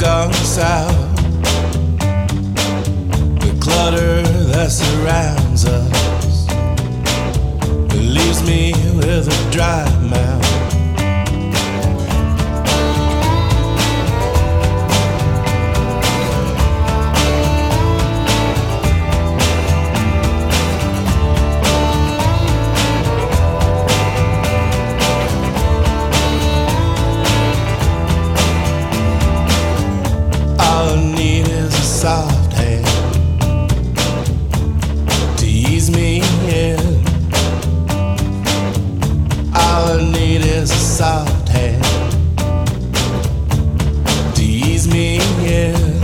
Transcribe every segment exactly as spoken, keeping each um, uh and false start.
gone south. The clutter that surrounds us, it leaves me with a dry mouth. Soft hand to ease me in. All I need is a soft hand to ease me in.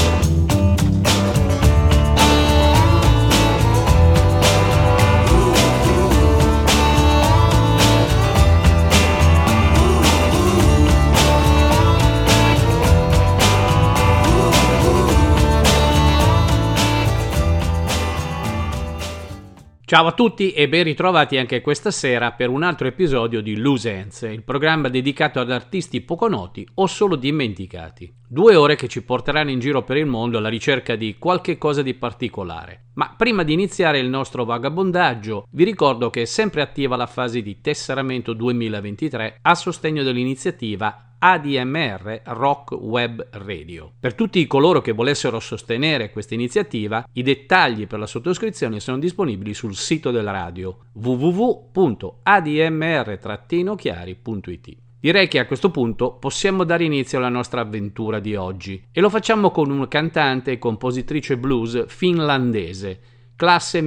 Ciao a tutti e ben ritrovati anche questa sera per un altro episodio di Loose Ends, il programma dedicato ad artisti poco noti o solo dimenticati. Due ore che ci porteranno in giro per il mondo alla ricerca di qualche cosa di particolare. Ma prima di iniziare il nostro vagabondaggio, vi ricordo che è sempre attiva la fase di tesseramento duemilaventitré a sostegno dell'iniziativa A D M R Rock Web Radio. Per tutti coloro che volessero sostenere questa iniziativa, i dettagli per la sottoscrizione sono disponibili sul sito della radio w w w punto a d m r chiari punto i t. Direi che a questo punto possiamo dare inizio alla nostra avventura di oggi e lo facciamo con un cantante e compositrice blues finlandese, classe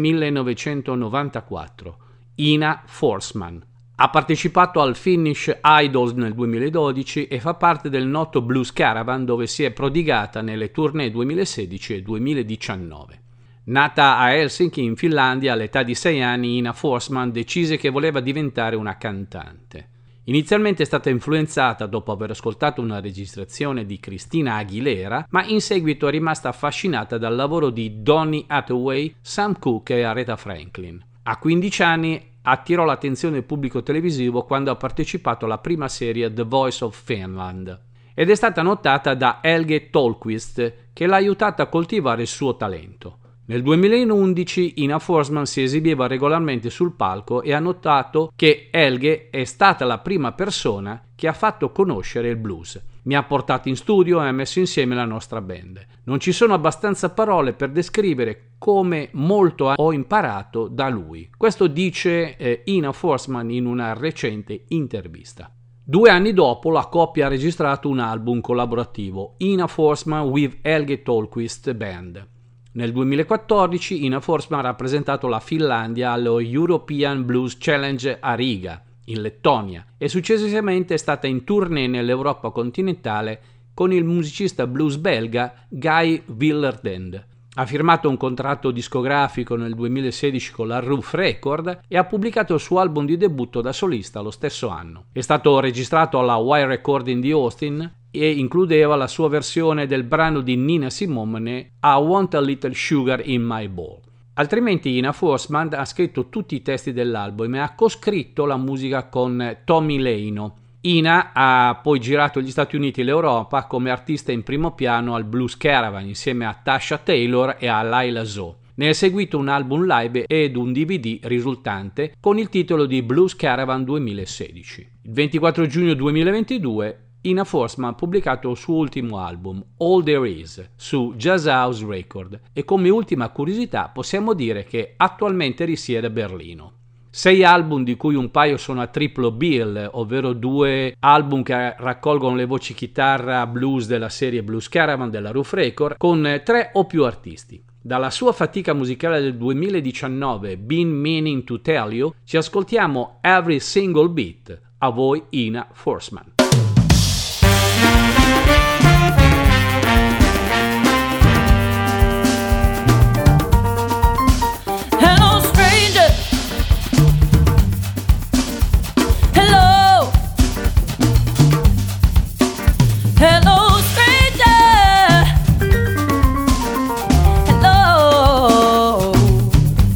millenovecentonovantaquattro, Ina Forsman. Ha partecipato al Finnish Idols nel duemiladodici e fa parte del noto Blues Caravan, dove si è prodigata nelle tournée duemilasedici e duemiladiciannove. Nata a Helsinki in Finlandia all'età di sei anni, Ina Forsman decise che voleva diventare una cantante. Inizialmente è stata influenzata dopo aver ascoltato una registrazione di Christina Aguilera, ma in seguito è rimasta affascinata dal lavoro di Donny Hathaway, Sam Cooke e Aretha Franklin. A quindici anni attirò l'attenzione del pubblico televisivo quando ha partecipato alla prima serie The Voice of Finland ed è stata notata da Helge Tolkvist, che l'ha aiutata a coltivare il suo talento. Nel duemilaundici Ina Forsman si esibiva regolarmente sul palco e ha notato che Helge è stata la prima persona che ha fatto conoscere il blues. Mi ha portato in studio e ha messo insieme la nostra band. Non ci sono abbastanza parole per descrivere come molto ho imparato da lui. Questo dice eh, Ina Forsman in una recente intervista. Due anni dopo la coppia ha registrato un album collaborativo, Ina Forsman with Helge Tolkvist Band. Nel duemilaquattordici Ina Forsman ha rappresentato la Finlandia allo European Blues Challenge a Riga, in Lettonia, e successivamente è stata in tournée nell'Europa continentale con il musicista blues belga Guy Willardend. Ha firmato un contratto discografico nel duemilasedici con la Roof Record e ha pubblicato il suo album di debutto da solista lo stesso anno. È stato registrato alla Y Recording di Austin e includeva la sua versione del brano di Nina Simone I Want a Little Sugar in My Bowl. Altrimenti Ina Forsman ha scritto tutti i testi dell'album e ha coscritto la musica con Tommy Leino. Ina ha poi girato gli Stati Uniti e l'Europa come artista in primo piano al Blues Caravan insieme a Tasha Taylor e a Laila Zoe. Ne è seguito un album live ed un D V D risultante con il titolo di Blues Caravan duemilasedici. Il ventiquattro giugno duemilaventidue Ina Forsman ha pubblicato il suo ultimo album, All There Is, su Jazz House Record e come ultima curiosità possiamo dire che attualmente risiede a Berlino. Sei album di cui un paio sono a triplo bill, ovvero due album che raccolgono le voci chitarra blues della serie Blues Caravan della Roof Record con tre o più artisti. Dalla sua fatica musicale del duemiladiciannove, Been Meaning to Tell You, ci ascoltiamo Every Single Beat. A voi Ina Forsman.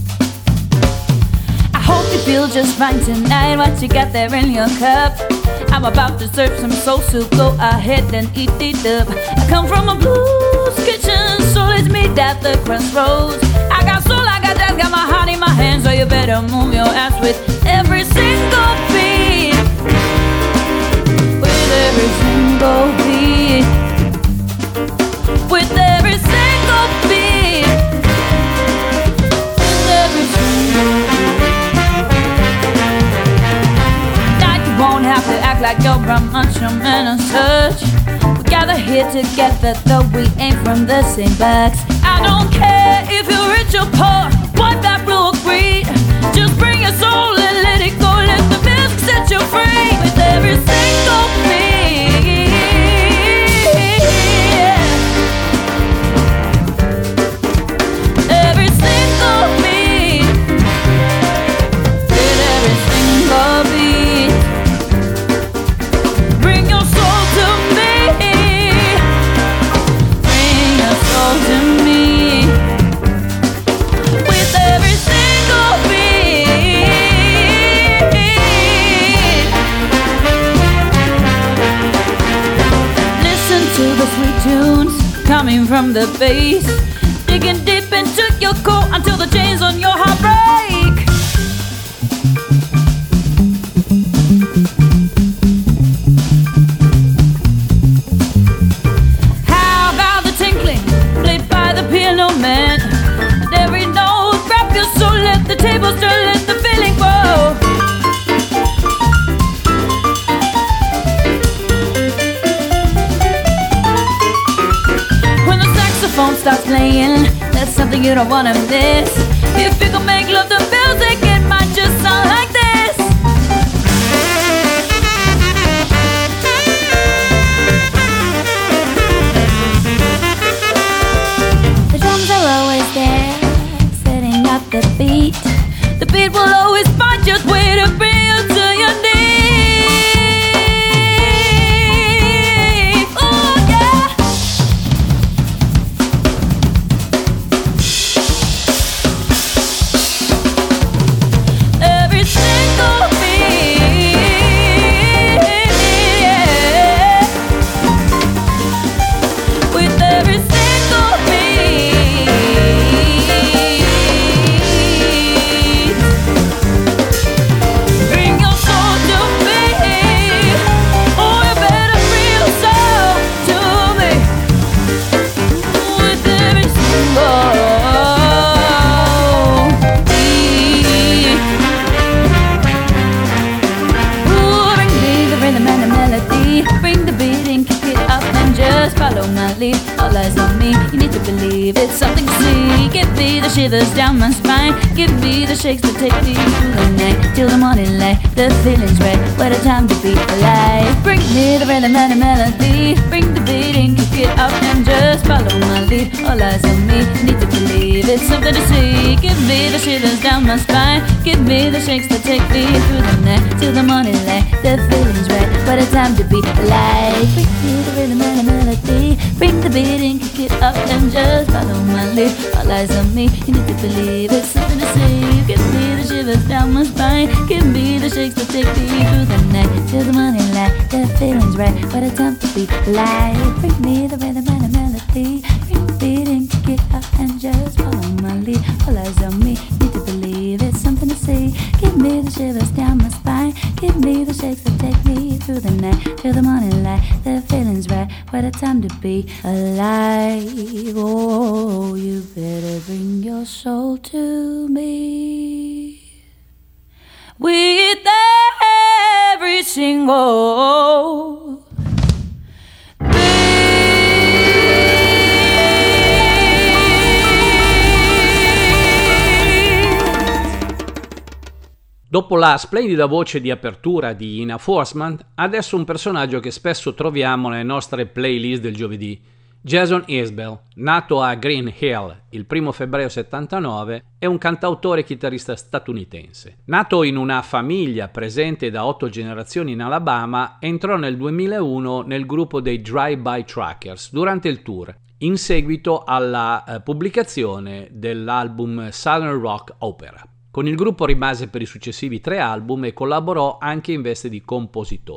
Just fine tonight, what you got there in your cup? I'm about to serve some soul soup. Go ahead and eat it up. I come from a blues kitchen, so let's meet at the crossroads. I got soul, I got jazz, got my heart in my hands, so you better move your ass with every single beat. With every single beat. With every single beat. With every single beat. Now you won't have to act like you're a macho man and such. We gather here together, though we ain't from the same bags. I don't care if you're rich or poor, white, black, blue or green. Just bring your soul and let it go. Let the music set you free. With every single beat. Every single beat. With every single beat. Bring your soul to me. Bring your soul to me. With every single beat. Listen to the sweet tunes coming from the bass, digging deep into your core until the chains on your heart break. How about the tinkling played by the piano man? And every note grab your soul, let the tables turn, let the feeling grow. When the saxophone starts playing, that's something you don't wanna miss. If you can make love to music, it might just sound like this. The drums are always there, setting up the beat. The beat will always find just way to bring you to your knees. Ooh, yeah. Every single beat. Yeah. With every single beat. Bring your soul to me. Oh, you better bring your soul to me. With every single beat. Ooh, bring me the rhythm and the melody. Bring the beat and kick it up and just follow my lead. All eyes on me, you need to believe it's something to see. Give me the shivers down my spine. Give me the shakes that take me through the night till the morning light. The feeling's right, what a time to be alive. Bring me the rhythm and the melody. Bring the beat and kick it up and just follow my lead. All eyes on me, you need to believe it's something to see. Give me the shivers down my spine. Give me the shakes that take me through the night till the morning light. The feeling's right, what a time to be alive. Bring me the rhythm and the melody. Bring the beat and kick it up and just follow my lead. All eyes on me, you need to believe it's something to see. Give me the shivers down my spine. Give me the shakes that take me through the night till the morning light. The feeling's right, what a time to be alive. Bring me the rhythm and the melody. Bring the beat and kick it up and just follow my lead. All eyes on me, you need to believe it's something to see. Give me the shivers down my spine. Give me the shakes that take me through the night till the morning light. The feeling's right, what a time to be alive. Oh, you better bring your soul to me. With every single Dopo la splendida voce di apertura di Ina Forsman, adesso un personaggio che spesso troviamo nelle nostre playlist del giovedì. Jason Isbell, nato a Green Hill il primo febbraio settantanove, è un cantautore e chitarrista statunitense. Nato in una famiglia presente da otto generazioni in Alabama, entrò nel duemilauno nel gruppo dei Drive-By Truckers durante il tour, in seguito alla eh, pubblicazione dell'album Southern Rock Opera. Con il gruppo rimase per i successivi tre album e collaborò anche in veste di compositore.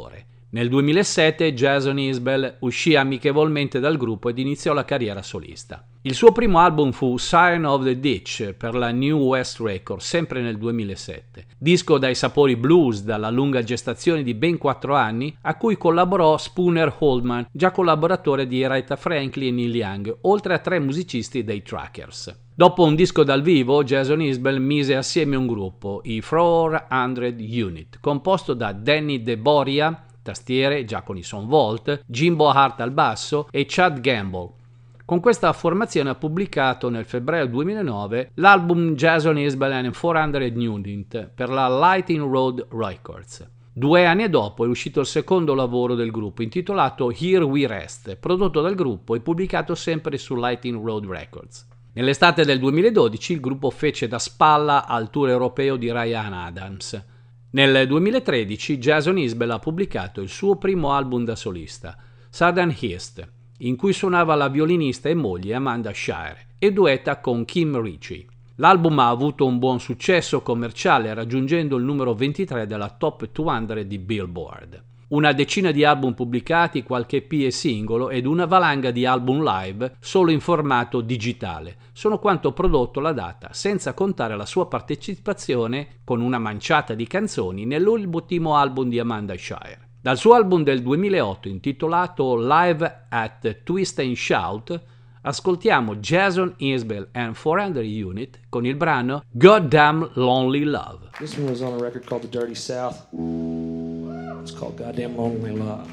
Nel duemilasette Jason Isbell uscì amichevolmente dal gruppo ed iniziò la carriera solista. Il suo primo album fu Siren of the Ditch per la New West Records, sempre nel duemilasette. Disco dai sapori blues, dalla lunga gestazione di ben quattro anni, a cui collaborò Spooner Holdman, già collaboratore di Aretha Franklin e Neil Young, oltre a tre musicisti dei Trackers. Dopo un disco dal vivo, Jason Isbell mise assieme un gruppo, i four hundred Unit, composto da Danny DeBoria, tastiere, già con i Son Volt, Jimbo Hart al basso e Chad Gamble. Con questa formazione ha pubblicato nel febbraio duemilanove l'album Jason Isbell and four hundred Unit per la Lightning Road Records. Due anni dopo è uscito il secondo lavoro del gruppo, intitolato Here We Rest, prodotto dal gruppo e pubblicato sempre su Lightning Road Records. Nell'estate del duemiladodici il gruppo fece da spalla al tour europeo di Ryan Adams. Nel duemilatredici Jason Isbell ha pubblicato il suo primo album da solista, Southern East, in cui suonava la violinista e moglie Amanda Shire e duetta con Kim Ritchie. L'album ha avuto un buon successo commerciale, raggiungendo il numero ventitré della Top duecento di Billboard. Una decina di album pubblicati, qualche E P e singolo ed una valanga di album live solo in formato digitale sono quanto prodotto alla data, senza contare la sua partecipazione con una manciata di canzoni nell'ultimo album di Amanda Shire. Dal suo album del duemilaotto intitolato Live at Twist and Shout ascoltiamo Jason Isbell and four hundred Unit con il brano Goddamn Lonely Love. This one was on a record called The Dirty South. It's called Goddamn Lonely Love.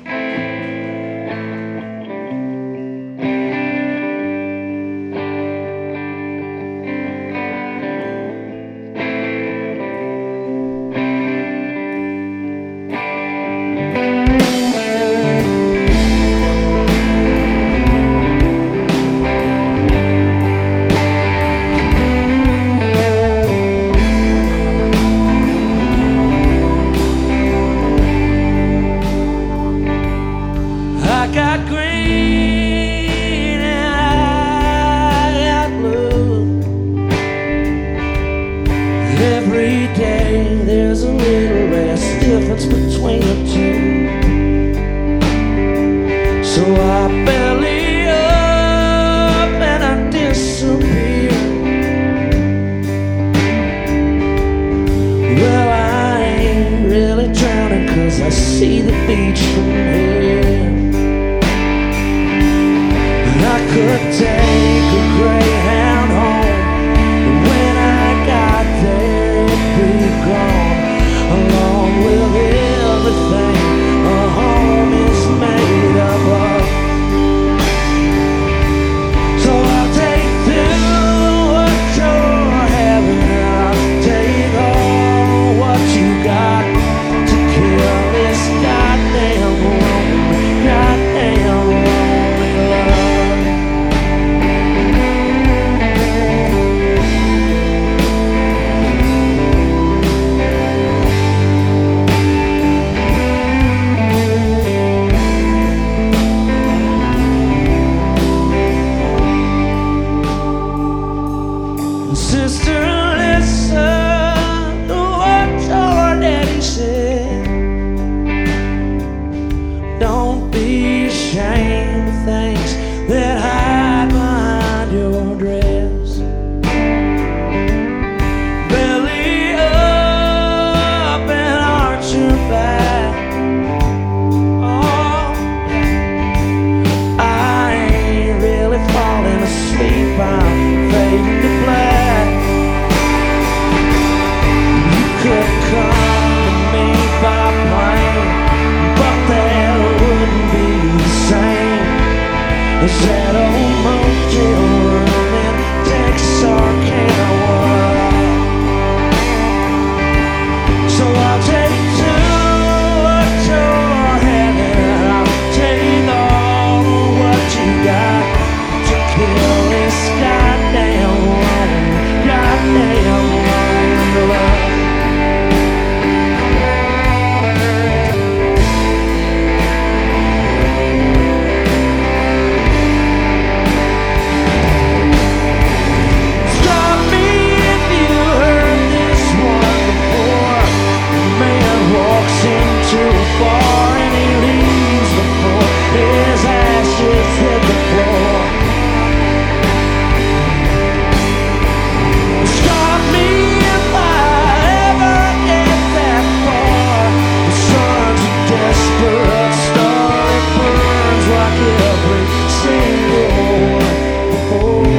every single one.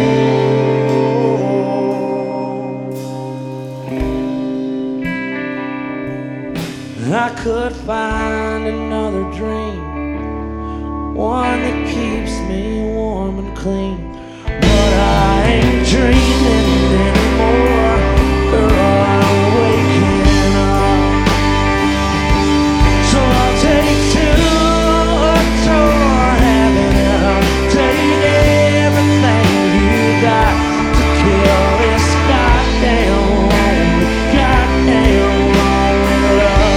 I could find another dream, one that keeps me warm and clean, but I ain't dreaming anymore, girl, I'm waking up. So I'll take two or having it, I'll take everything you got to kill this goddamn lonely, goddamn lonely love.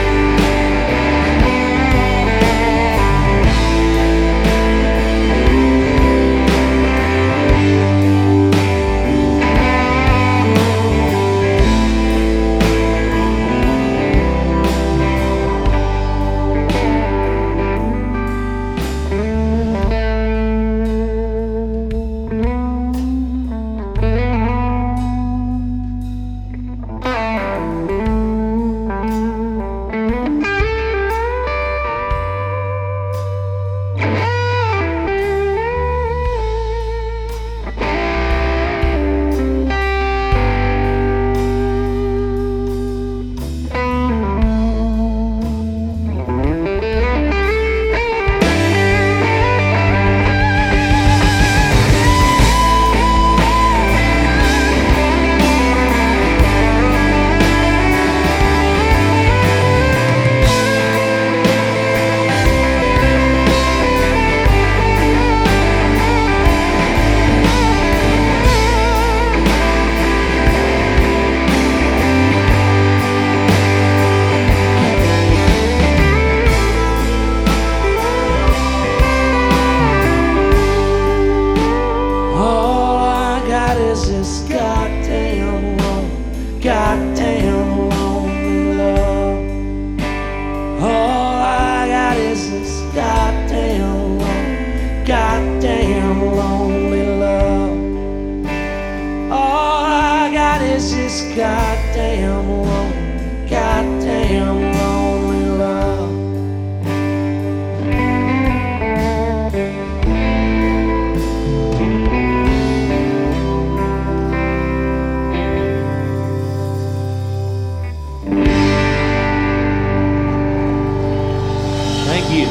Goddamn lonely, goddamn lonely love. Thank you.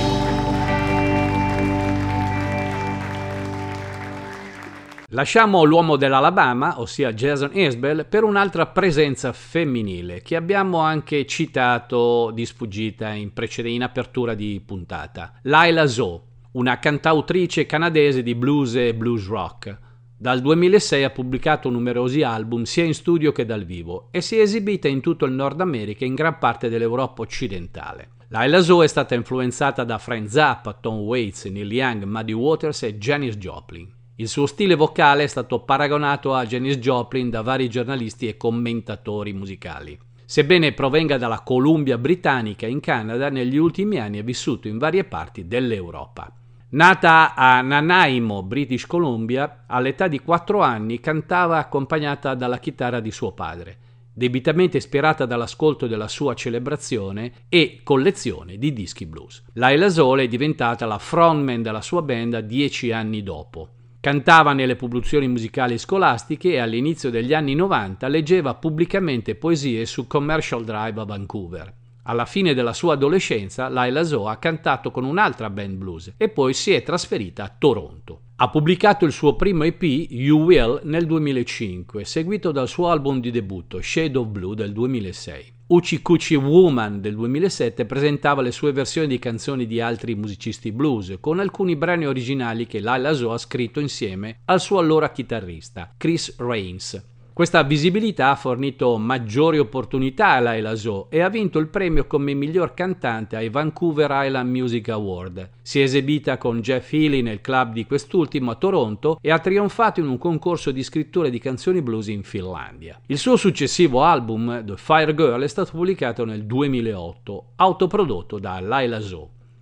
Lasciamo l'uomo dell'Alabama, ossia Jason Isbell, per un'altra presenza femminile che abbiamo anche citato di sfuggita in, precede- in apertura di puntata. Laila Zoe, una cantautrice canadese di blues e blues rock. Dal duemilasei ha pubblicato numerosi album sia in studio che dal vivo e si è esibita in tutto il Nord America e in gran parte dell'Europa occidentale. Laila Zoe è stata influenzata da Frank Zappa, Tom Waits, Neil Young, Muddy Waters e Janis Joplin. Il suo stile vocale è stato paragonato a Janis Joplin da vari giornalisti e commentatori musicali. Sebbene provenga dalla Columbia Britannica in Canada, negli ultimi anni ha vissuto in varie parti dell'Europa. Nata a Nanaimo, British Columbia, all'età di quattro anni cantava accompagnata dalla chitarra di suo padre, debitamente ispirata dall'ascolto della sua celebrazione e collezione di dischi blues. Laila Zoe è diventata la frontman della sua band dieci anni dopo. Cantava nelle pubblicazioni musicali scolastiche e all'inizio degli anni novanta leggeva pubblicamente poesie su Commercial Drive a Vancouver. Alla fine della sua adolescenza, Laila Zoe ha cantato con un'altra band blues e poi si è trasferita a Toronto. Ha pubblicato il suo primo E P, You Will, nel duemilacinque, seguito dal suo album di debutto, Shade of Blue, del duemilasei. Uchi Coochie Woman del duemilasette presentava le sue versioni di canzoni di altri musicisti blues, con alcuni brani originali che Laila Zoe ha scritto insieme al suo allora chitarrista, Chris Rains. Questa visibilità ha fornito maggiori opportunità a Laila Zoe e ha vinto il premio come miglior cantante ai Vancouver Island Music Award. Si è esibita con Jeff Healey nel club di quest'ultimo a Toronto e ha trionfato in un concorso di scrittura di canzoni blues in Finlandia. Il suo successivo album, The Fire Girl, è stato pubblicato nel duemilaotto, autoprodotto da Laila Zoe.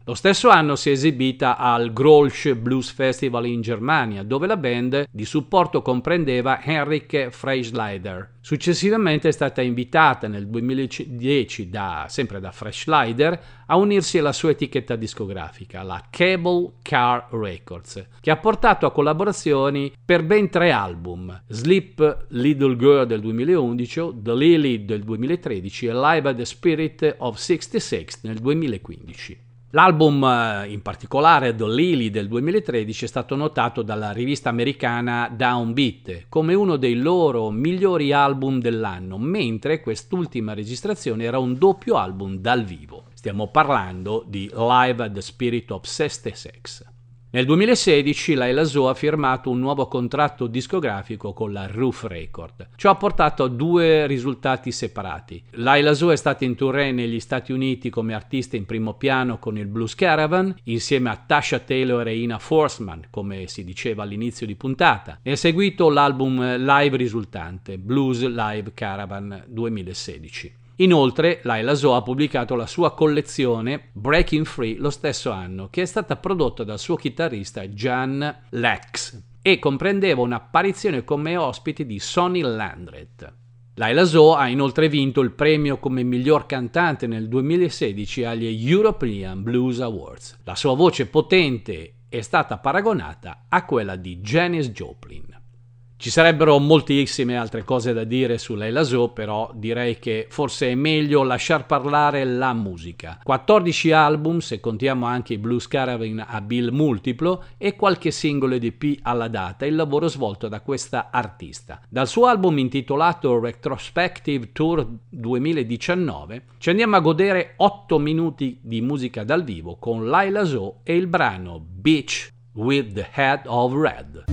Lo stesso anno si è esibita al Grolsch Blues Festival in Germania, dove la band di supporto comprendeva Henrik Freischleider. Successivamente è stata invitata nel duemiladieci, da, sempre da Freischleider, a unirsi alla sua etichetta discografica, la Cable Car Records, che ha portato a collaborazioni per ben tre album: Sleep Little Girl del duemilaundici, The Lily del duemilatredici e Live at the Spirit of sessantasei nel duemilaquindici. L'album, in particolare The Lily del duemilatredici, è stato notato dalla rivista americana Downbeat come uno dei loro migliori album dell'anno, mentre quest'ultima registrazione era un doppio album dal vivo. Stiamo parlando di Live at the Spirit of sessantasei. Nel duemilasedici Laila Zoe ha firmato un nuovo contratto discografico con la Roof Record. Ciò ha portato a due risultati separati. Laila Zoe è stata in tournée negli Stati Uniti come artista in primo piano con il Blues Caravan, insieme a Tasha Taylor e Ina Forsman, come si diceva all'inizio di puntata. E ha seguito l'album live risultante, Blues Live Caravan duemilasedici. Inoltre, Laila Zoe ha pubblicato la sua collezione Breaking Free lo stesso anno, che è stata prodotta dal suo chitarrista Jan Lex e comprendeva un'apparizione come ospite di Sonny Landreth. Laila Zoe ha inoltre vinto il premio come miglior cantante nel duemilasedici agli European Blues Awards. La sua voce potente è stata paragonata a quella di Janis Joplin. Ci sarebbero moltissime altre cose da dire su Laila Zoe, però direi che forse è meglio lasciar parlare la musica. quattordici album, se contiamo anche i Blues Caravan a bill multiplo, e qualche singolo ed E P alla data, il lavoro svolto da questa artista. Dal suo album intitolato Retrospective Tour duemiladiciannove ci andiamo a godere otto minuti di musica dal vivo con Laila Zoe e il brano Bitch with the Head of Red.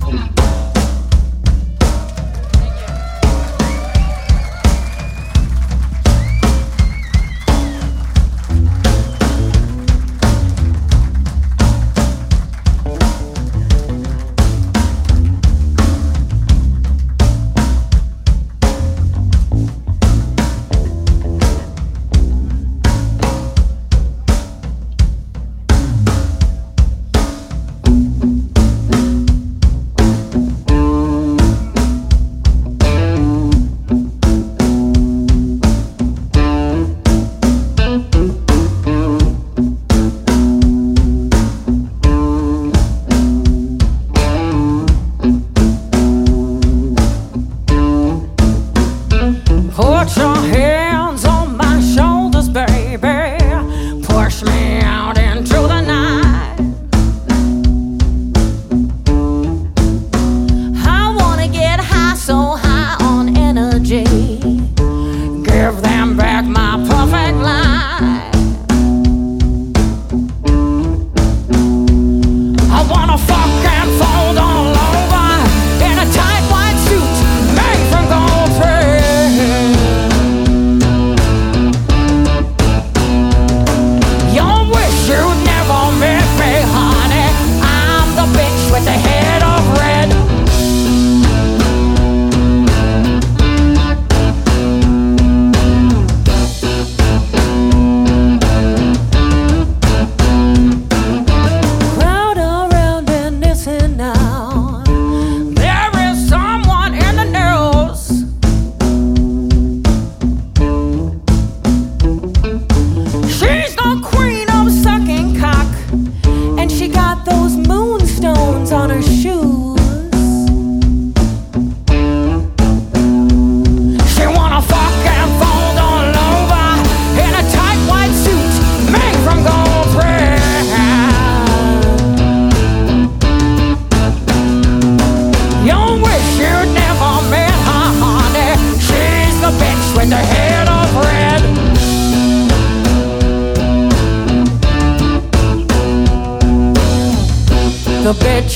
The bitch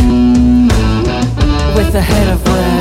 with the head of red.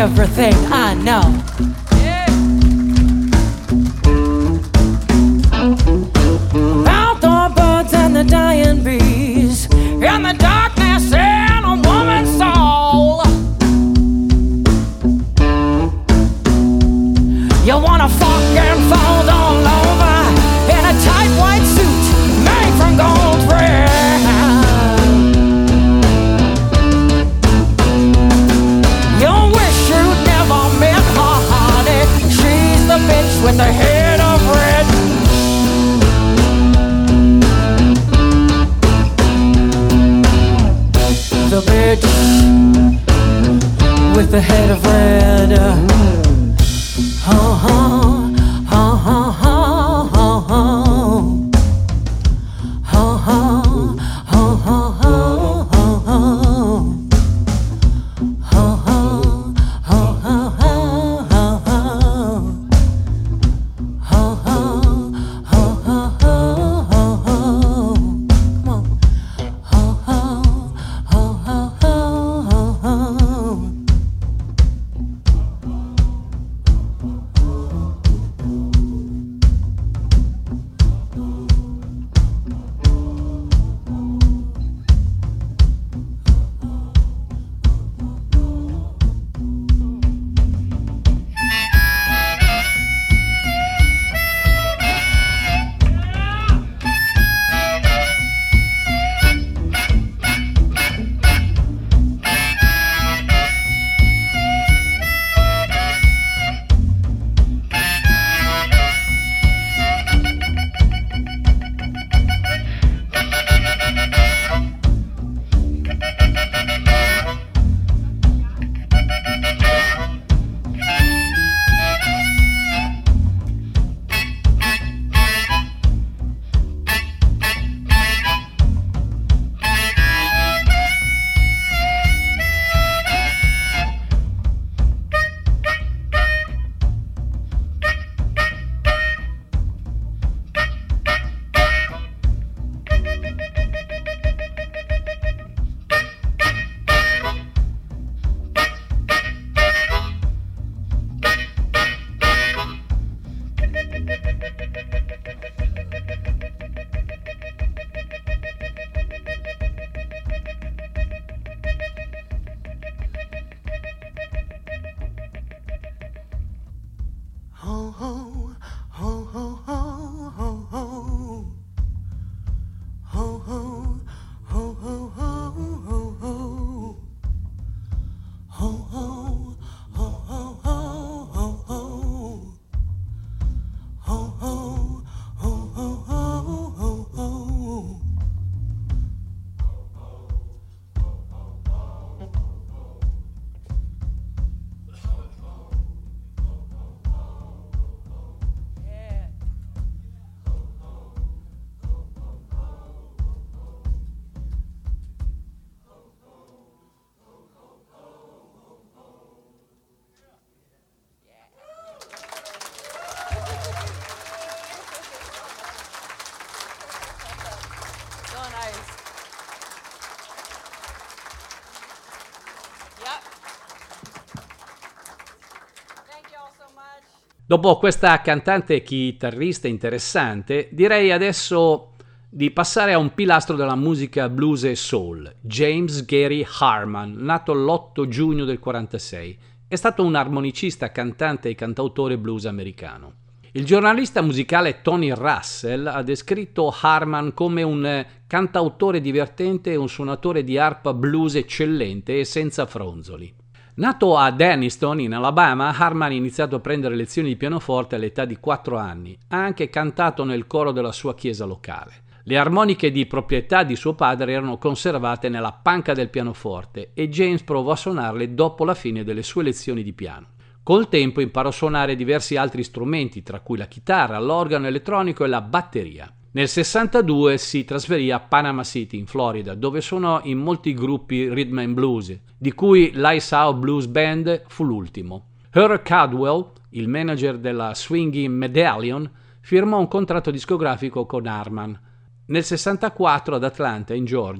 everything I know. About the birds and the dying bees, and the darkness in a woman's soul. You wanna fuck and fold all over in a tight white suit made from gold thread. You wish you'd never met her, honey. She's the bitch with the head of red. The bitch with the head of red. Oh, oh, oh, oh, oh, oh, oh. Oh, oh, oh, oh, oh, oh, oh. Oh, oh, oh, oh, oh, oh, oh. Oh, oh, oh, oh, oh, oh, oh. Come on. Oh, oh, oh, oh, oh, oh, oh. Dopo questa cantante e chitarrista interessante, direi adesso di passare a un pilastro della musica blues e soul, James Gary Harman, nato l'otto giugno del quarantasei. È stato un armonicista, cantante e cantautore blues americano. Il giornalista musicale Tony Russell ha descritto Harman come un cantautore divertente e un suonatore di arpa blues eccellente e senza fronzoli. Nato a Denniston, in Alabama, Harman ha iniziato a prendere lezioni di pianoforte all'età di quattro anni. Ha anche cantato nel coro della sua chiesa locale. Le armoniche di proprietà di suo padre erano conservate nella panca del pianoforte e James provò a suonarle dopo la fine delle sue lezioni di piano. Col tempo imparò a suonare diversi altri strumenti, tra cui la chitarra, l'organo elettronico e la batteria. Nel sessantadue si trasferì a Panama City, in Florida, dove suonò in molti gruppi rhythm and blues, di cui l'Ice Out Blues Band fu l'ultimo. Herb Caldwell, il manager della Swinging Medallion, firmò un contratto discografico con Harman. Nel sessantaquattro ad Atlanta, in Georgia,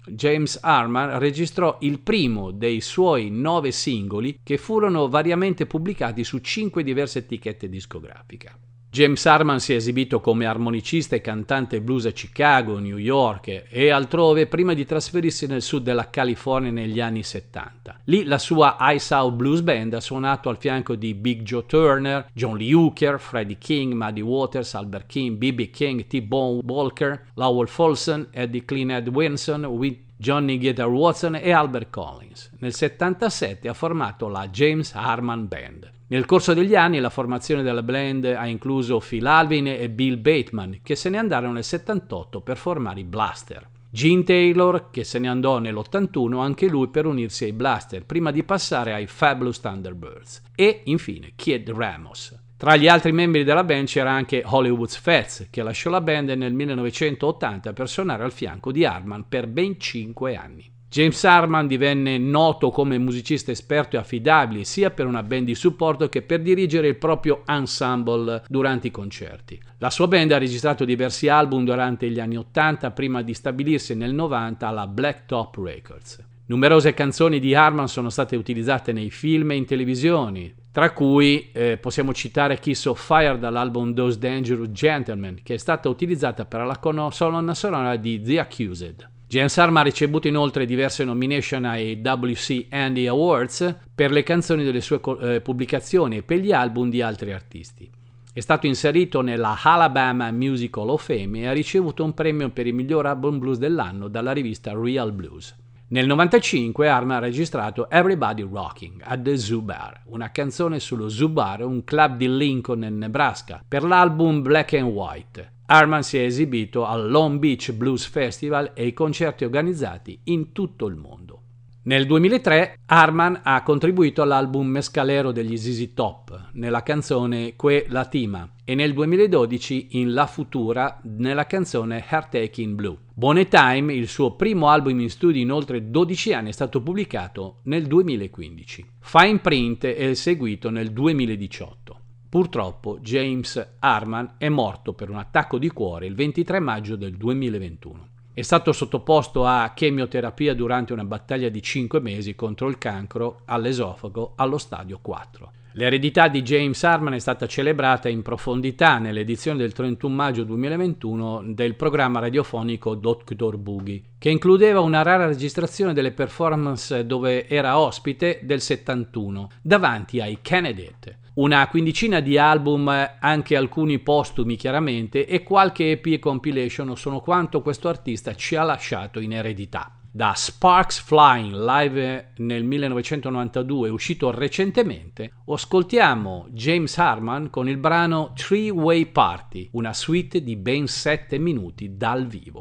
James Harman registrò il primo dei suoi nove singoli che furono variamente pubblicati su cinque diverse etichette discografiche. James Harman si è esibito come armonicista e cantante blues a Chicago, New York e altrove prima di trasferirsi nel sud della California negli anni settanta. Lì la sua Ice Out Blues Band ha suonato al fianco di Big Joe Turner, John Lee Hooker, Freddie King, Muddy Waters, Albert King, B B King, T-Bone Walker, Lowell Fulson, Eddie Cleanhead Wilson, with Johnny Guitar Watson e Albert Collins. Nel settantasette ha formato la James Harman Band. Nel corso degli anni la formazione della band ha incluso Phil Alvin e Bill Bateman, che se ne andarono nel settantotto per formare i Blaster. Gene Taylor, che se ne andò nell'ottantuno anche lui per unirsi ai Blaster, prima di passare ai Fabulous Thunderbirds. E infine Kid Ramos. Tra gli altri membri della band c'era anche Hollywood Fats, che lasciò la band nel millenovecentottanta per suonare al fianco di Harman per ben cinque anni. James Harman divenne noto come musicista esperto e affidabile sia per una band di supporto che per dirigere il proprio ensemble durante i concerti. La sua band ha registrato diversi album durante gli anni ottanta prima di stabilirsi nel novanta alla Blacktop Records. Numerose canzoni di Harman sono state utilizzate nei film e in televisione, tra cui eh, possiamo citare Kiss of Fire dall'album Those Dangerous Gentlemen, che è stata utilizzata per la colonna sonora di The Accused. James Harman ha ricevuto inoltre diverse nomination ai W C Andy Awards per le canzoni delle sue eh, pubblicazioni e per gli album di altri artisti. È stato inserito nella Alabama Music Hall of Fame e ha ricevuto un premio per il miglior album blues dell'anno dalla rivista Real Blues. Nel novantacinque Harman ha registrato Everybody Rocking at the Zoo Bar, una canzone sullo Zoo Bar, un club di Lincoln nel Nebraska, per l'album Black and White. Harman si è esibito al Long Beach Blues Festival e ai concerti organizzati in tutto il mondo. Nel duemilatré Harman ha contribuito all'album mescalero degli Z Z Top nella canzone Que Latima e nel duemiladodici in La Futura nella canzone Heartache in Blue. Bonnie Time, il suo primo album in studio in oltre dodici anni, è stato pubblicato nel duemilaquindici. Fine Print è il seguito nel duemiladiciotto. Purtroppo James Harman è morto per un attacco di cuore il ventitré maggio del duemilaventuno. È stato sottoposto a chemioterapia durante una battaglia di cinque mesi contro il cancro all'esofago allo stadio quattro. L'eredità di James Harman è stata celebrata in profondità nell'edizione del trentuno maggio duemilaventuno del programma radiofonico doctor Boogie, che includeva una rara registrazione delle performance dove era ospite del settantuno davanti ai Kennedy, una quindicina di album, anche alcuni postumi chiaramente, e qualche E P e compilation sono quanto questo artista ci ha lasciato in eredità. Da Sparks Flying, live nel millenovecentonovantadue, uscito recentemente, ascoltiamo James Harman con il brano Three Way Party, una suite di ben sette minuti dal vivo.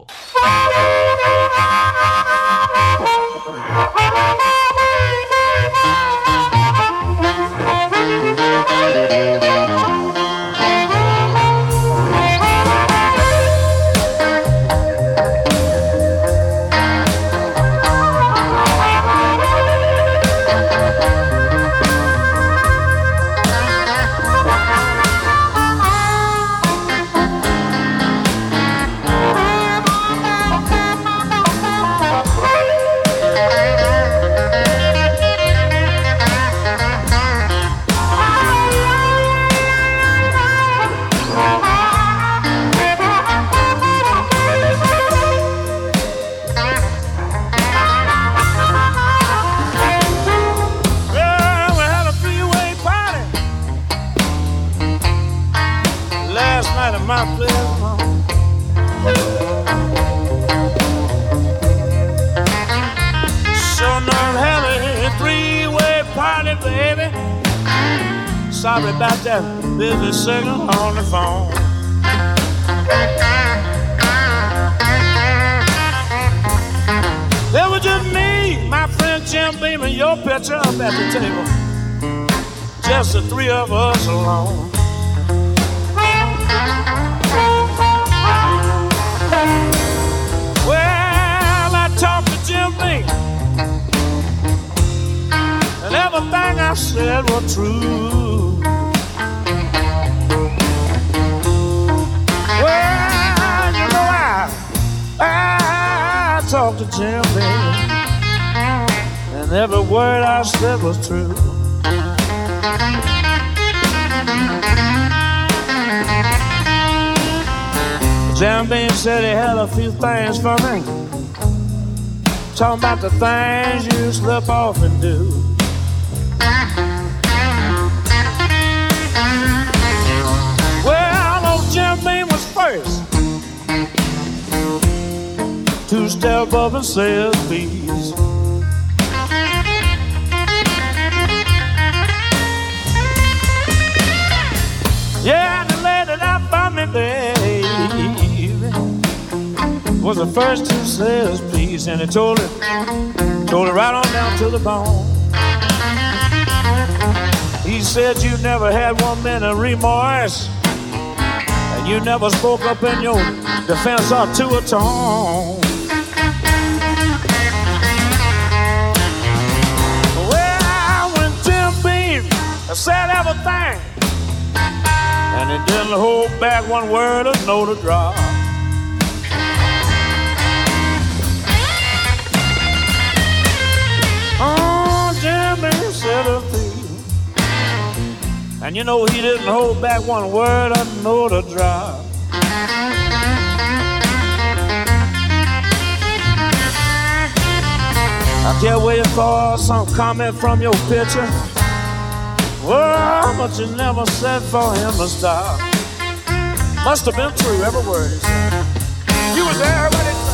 Sorry about that busy singer on the phone. It was just me, my friend Jim Beam, and your picture up at the table. Just the three of us alone. Well, I talked to Jim Beam, and everything I said was true. Well, you know I, I talked to Jim, baby, and every word I said was true. Jim Beam said he had a few things for me, talking about the things you slip off and do. Well, old Jim Beam was first, two-step up and says please. Yeah, and the lady that found me, baby, was the first to say his piece, and he told it, told it right on down to the bone. He said you never had one minute remorse, and you never spoke up in your defense or to a tone. Well, when Jim Beam said everything, and he didn't hold back one word or no to drop. Oh, Jimmy said a thing, and you know he didn't hold back one word or no to drop. I kept waiting for some comment from your picture. Oh, but you never said for him to stop. Must have been true, every word he said. You was there, but it's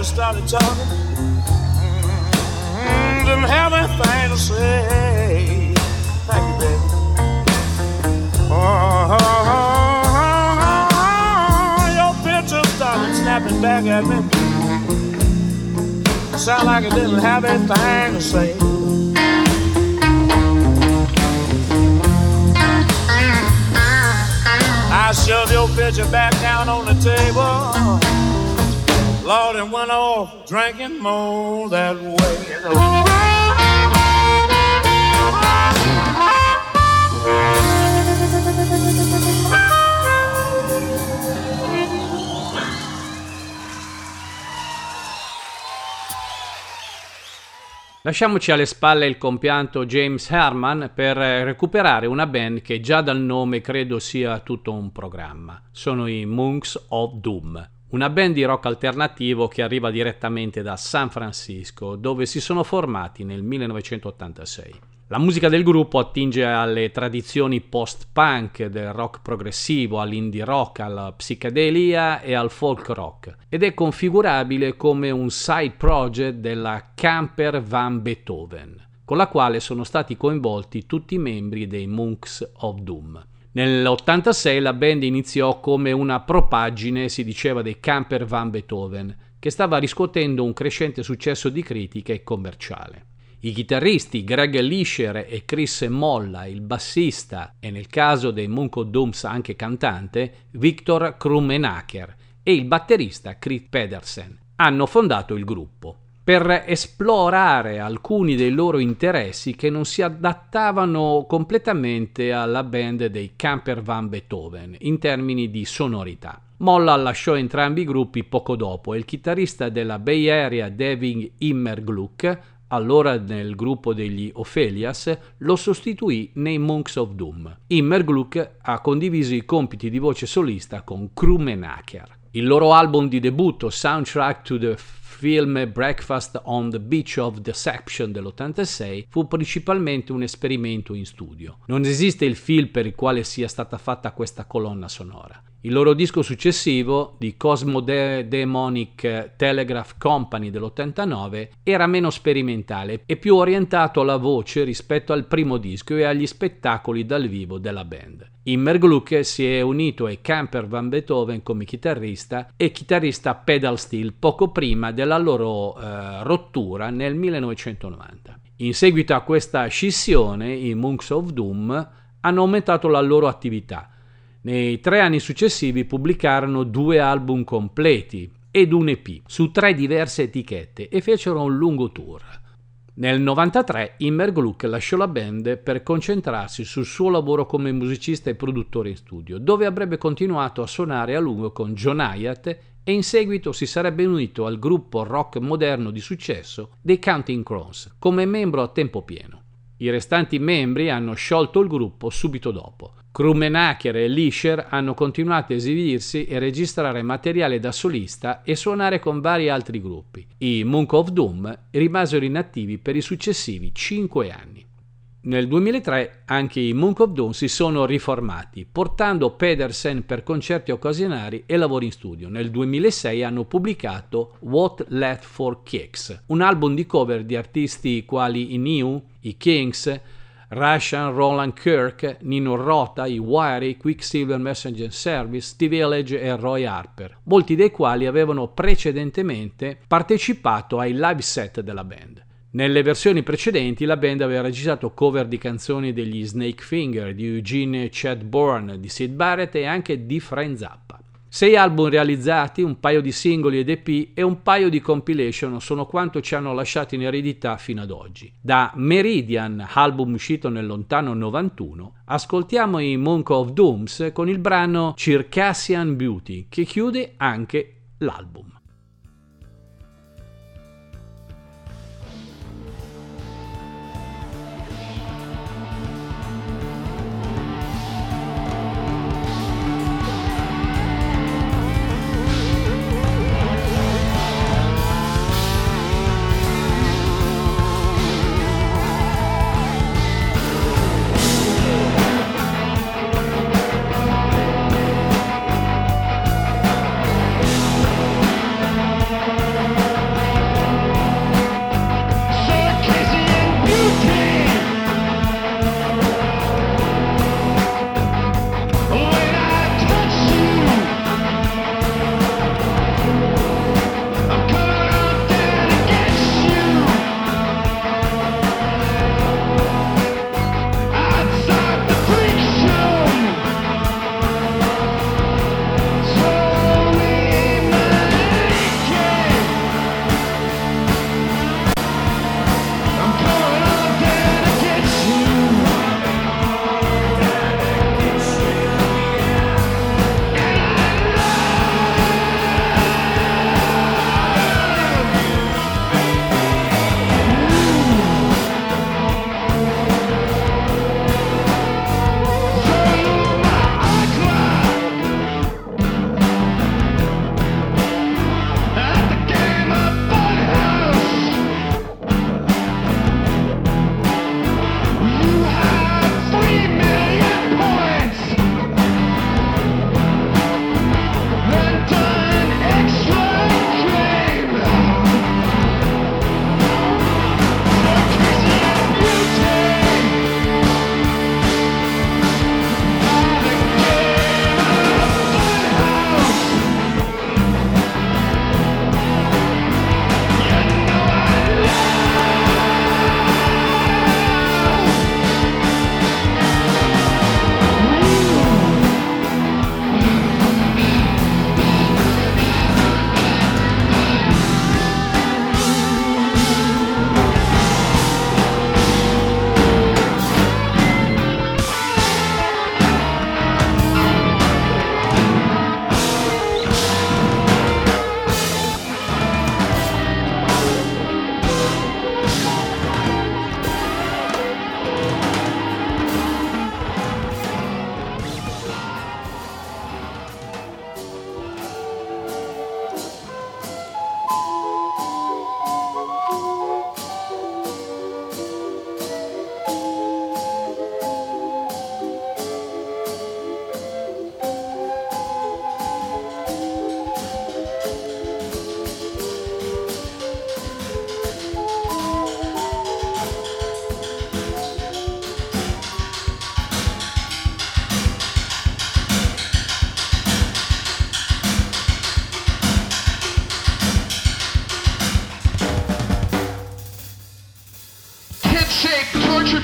started talking, mm, didn't have anything to say. Thank you, baby. Oh, oh, oh, oh, your picture started snapping back at me. Sound like it didn't have anything to say. I shoved your picture back down on the table, Lord, and went off drinking more that way. Lasciamoci alle spalle il compianto James Herman per recuperare una band che già dal nome credo sia tutto un programma. Sono i Monks of Doom, una band di rock alternativo che arriva direttamente da San Francisco, dove si sono formati nel millenovecentottantasei. La musica del gruppo attinge alle tradizioni post-punk del rock progressivo, all'indie rock, alla psichedelia e al folk rock, ed è configurabile come un side project della Camper Van Beethoven, con la quale sono stati coinvolti tutti i membri dei Monks of Doom. Nell'ottantasei la band iniziò come una propaggine, si diceva, dei Camper Van Beethoven, che stava riscuotendo un crescente successo di critica e commerciale. I chitarristi Greg Lisher e Chris Molla, il bassista e nel caso dei Monks of Doom anche cantante, Victor Krummenacher, e il batterista Chris Pedersen, hanno fondato il gruppo per esplorare alcuni dei loro interessi che non si adattavano completamente alla band dei Camper Van Beethoven in termini di sonorità. Molla lasciò entrambi i gruppi poco dopo e il chitarrista della Bay Area David Immergluck, allora nel gruppo degli Ophelias, lo sostituì nei Monks of Doom. Immergluck ha condiviso i compiti di voce solista con Krummenacher. Il loro album di debutto, Soundtrack to the film Breakfast on the Beach of Deception dell'ottantasei, fu principalmente un esperimento in studio. Non esiste il film per il quale sia stata fatta questa colonna sonora. Il loro disco successivo, di Cosmo De- Demonic Telegraph Company dell'ottantanove, era meno sperimentale e più orientato alla voce rispetto al primo disco e agli spettacoli dal vivo della band. Immergluck si è unito ai Camper Van Beethoven come chitarrista e chitarrista pedal steel poco prima della loro eh, rottura nel millenovecentonovanta. In seguito a questa scissione, i Monks of Doom hanno aumentato la loro attività. Nei tre anni successivi pubblicarono due album completi ed un E P su tre diverse etichette e fecero un lungo tour. Nel novantatré Immergluck lasciò la band per concentrarsi sul suo lavoro come musicista e produttore in studio, dove avrebbe continuato a suonare a lungo con John Hyatt e in seguito si sarebbe unito al gruppo rock moderno di successo dei Counting Crows come membro a tempo pieno. I restanti membri hanno sciolto il gruppo subito dopo. Krummenacher e Lisher hanno continuato a esibirsi e registrare materiale da solista e suonare con vari altri gruppi. I Monks of Doom rimasero inattivi per i successivi cinque anni. Nel duemilatré anche i Monks of Doom si sono riformati, portando Pedersen per concerti occasionali e lavori in studio. Nel duemilasei hanno pubblicato What Left for Kicks, un album di cover di artisti quali i New, i Kings, Russian Roland Kirk, Nino Rota, i Wiry, Quicksilver Messenger Service, Steve Village e Roy Harper, molti dei quali avevano precedentemente partecipato ai live set della band. Nelle versioni precedenti la band aveva registrato cover di canzoni degli Snake Finger, di Eugene Chadbourne, di Syd Barrett e anche di Frank Zappa. Sei album realizzati, un paio di singoli ed E P e un paio di compilation sono quanto ci hanno lasciato in eredità fino ad oggi. Da Meridian, album uscito nel lontano novantuno, ascoltiamo i Monks of Doom con il brano Circassian Beauty, che chiude anche l'album.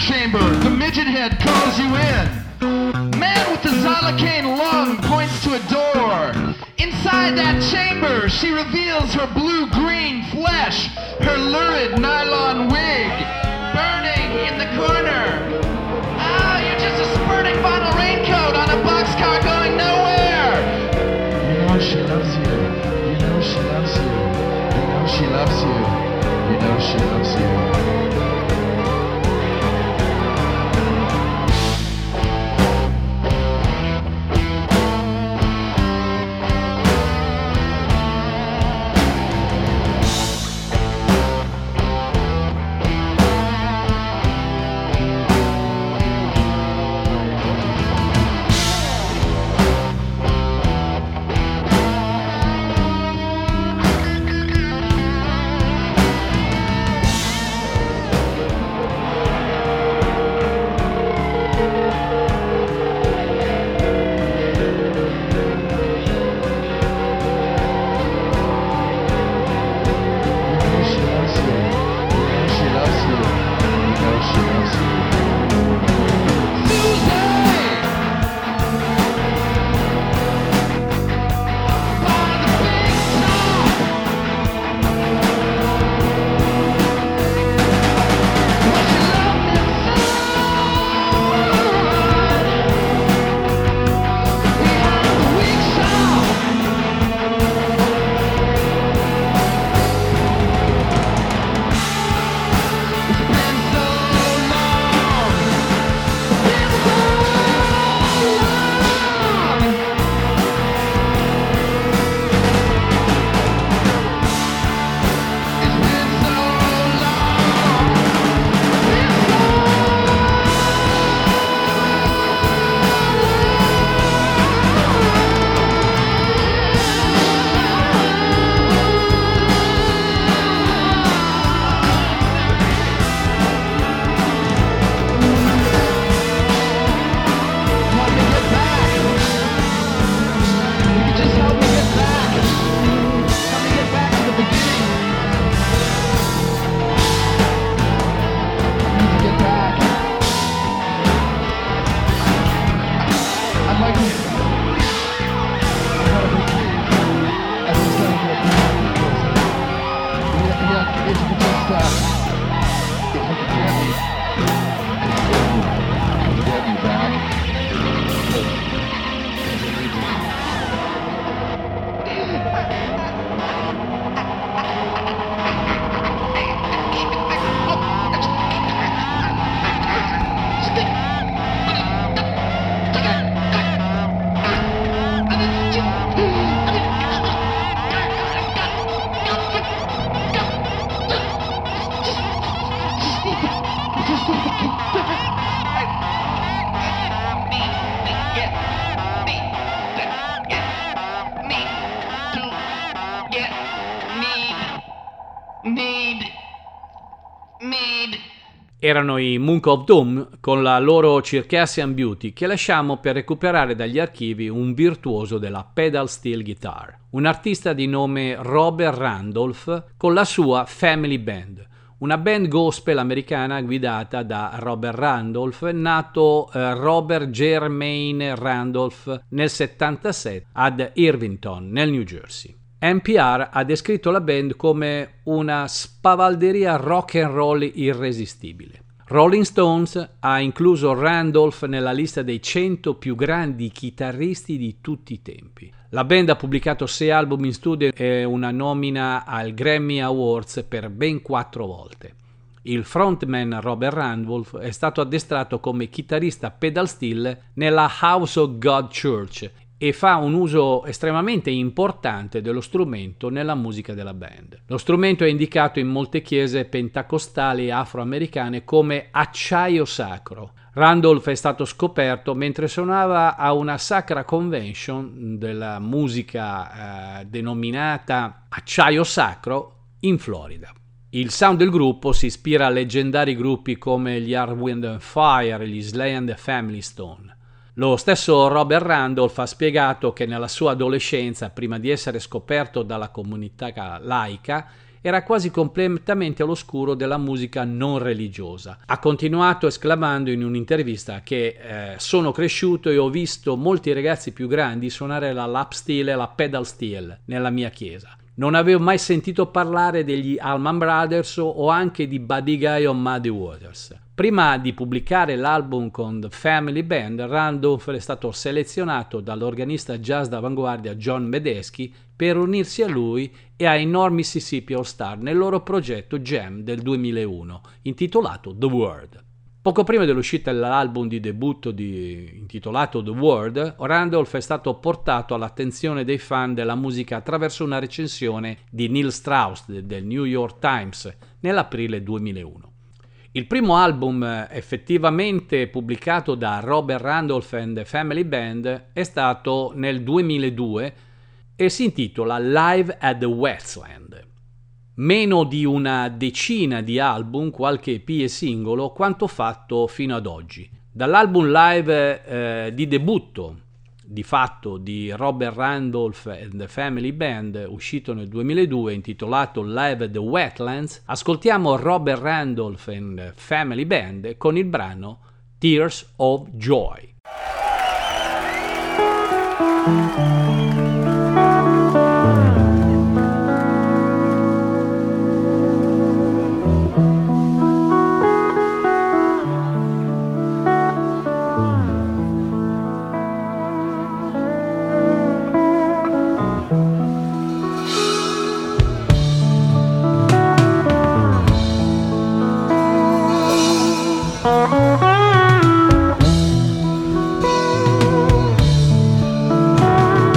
chamber, the midget head calls you in. Man with the xylocaine lung points to a door. Inside that chamber, she reveals her blue-green flesh, her lurid nylon wig, burning in the corner. Oh, you're just a spurting vinyl raincoat on a boxcar going nowhere. You know she loves you. You know she loves you. You know she loves you. You know she loves you. Erano i Monk of Doom con la loro Circassian Beauty, che lasciamo per recuperare dagli archivi un virtuoso della pedal steel guitar, un artista di nome Robert Randolph con la sua Family Band, una band gospel americana guidata da Robert Randolph, nato eh, Robert Jermaine Randolph nel settantasette ad Irvington, nel New Jersey. N P R ha descritto la band come una spavalderia rock and roll irresistibile. Rolling Stones ha incluso Randolph nella lista dei cento più grandi chitarristi di tutti i tempi. La band ha pubblicato sei album in studio e una nomina al Grammy Awards per ben quattro volte. Il frontman Robert Randolph è stato addestrato come chitarrista pedal steel nella House of God Church e fa un uso estremamente importante dello strumento nella musica della band. Lo strumento è indicato in molte chiese pentecostali afroamericane come acciaio sacro. Randolph è stato scoperto mentre suonava a una Sacra Convention della musica eh, denominata Acciaio Sacro in Florida. Il sound del gruppo si ispira a leggendari gruppi come gli Earth, Wind and Fire, gli Sly and the Family Stone. Lo stesso Robert Randolph ha spiegato che nella sua adolescenza, prima di essere scoperto dalla comunità laica, era quasi completamente all'oscuro della musica non religiosa. Ha continuato esclamando in un'intervista che eh, sono cresciuto e ho visto molti ragazzi più grandi suonare la lap steel e la pedal steel nella mia chiesa. Non avevo mai sentito parlare degli Allman Brothers o anche di Buddy Guy o Muddy Waters. Prima di pubblicare l'album con The Family Band, Randolph è stato selezionato dall'organista jazz d'avanguardia John Medeski per unirsi a lui e ai North Mississippi All Star nel loro progetto Jam del duemilauno, intitolato The World. Poco prima dell'uscita dell'album di debutto di, intitolato The World, Randolph è stato portato all'attenzione dei fan della musica attraverso una recensione di Neil Strauss del New York Times nell'aprile duemilauno. Il primo album effettivamente pubblicato da Robert Randolph and the Family Band è stato nel duemiladue e si intitola Live at the Westland. Meno di una decina di album, qualche E P e singolo, quanto fatto fino ad oggi. Dall'album live eh, di debutto, di fatto, di Robert Randolph and the Family Band, uscito nel duemiladue, intitolato Live at the Wetlands, ascoltiamo Robert Randolph and the Family Band con il brano Tears of Joy. Thank you.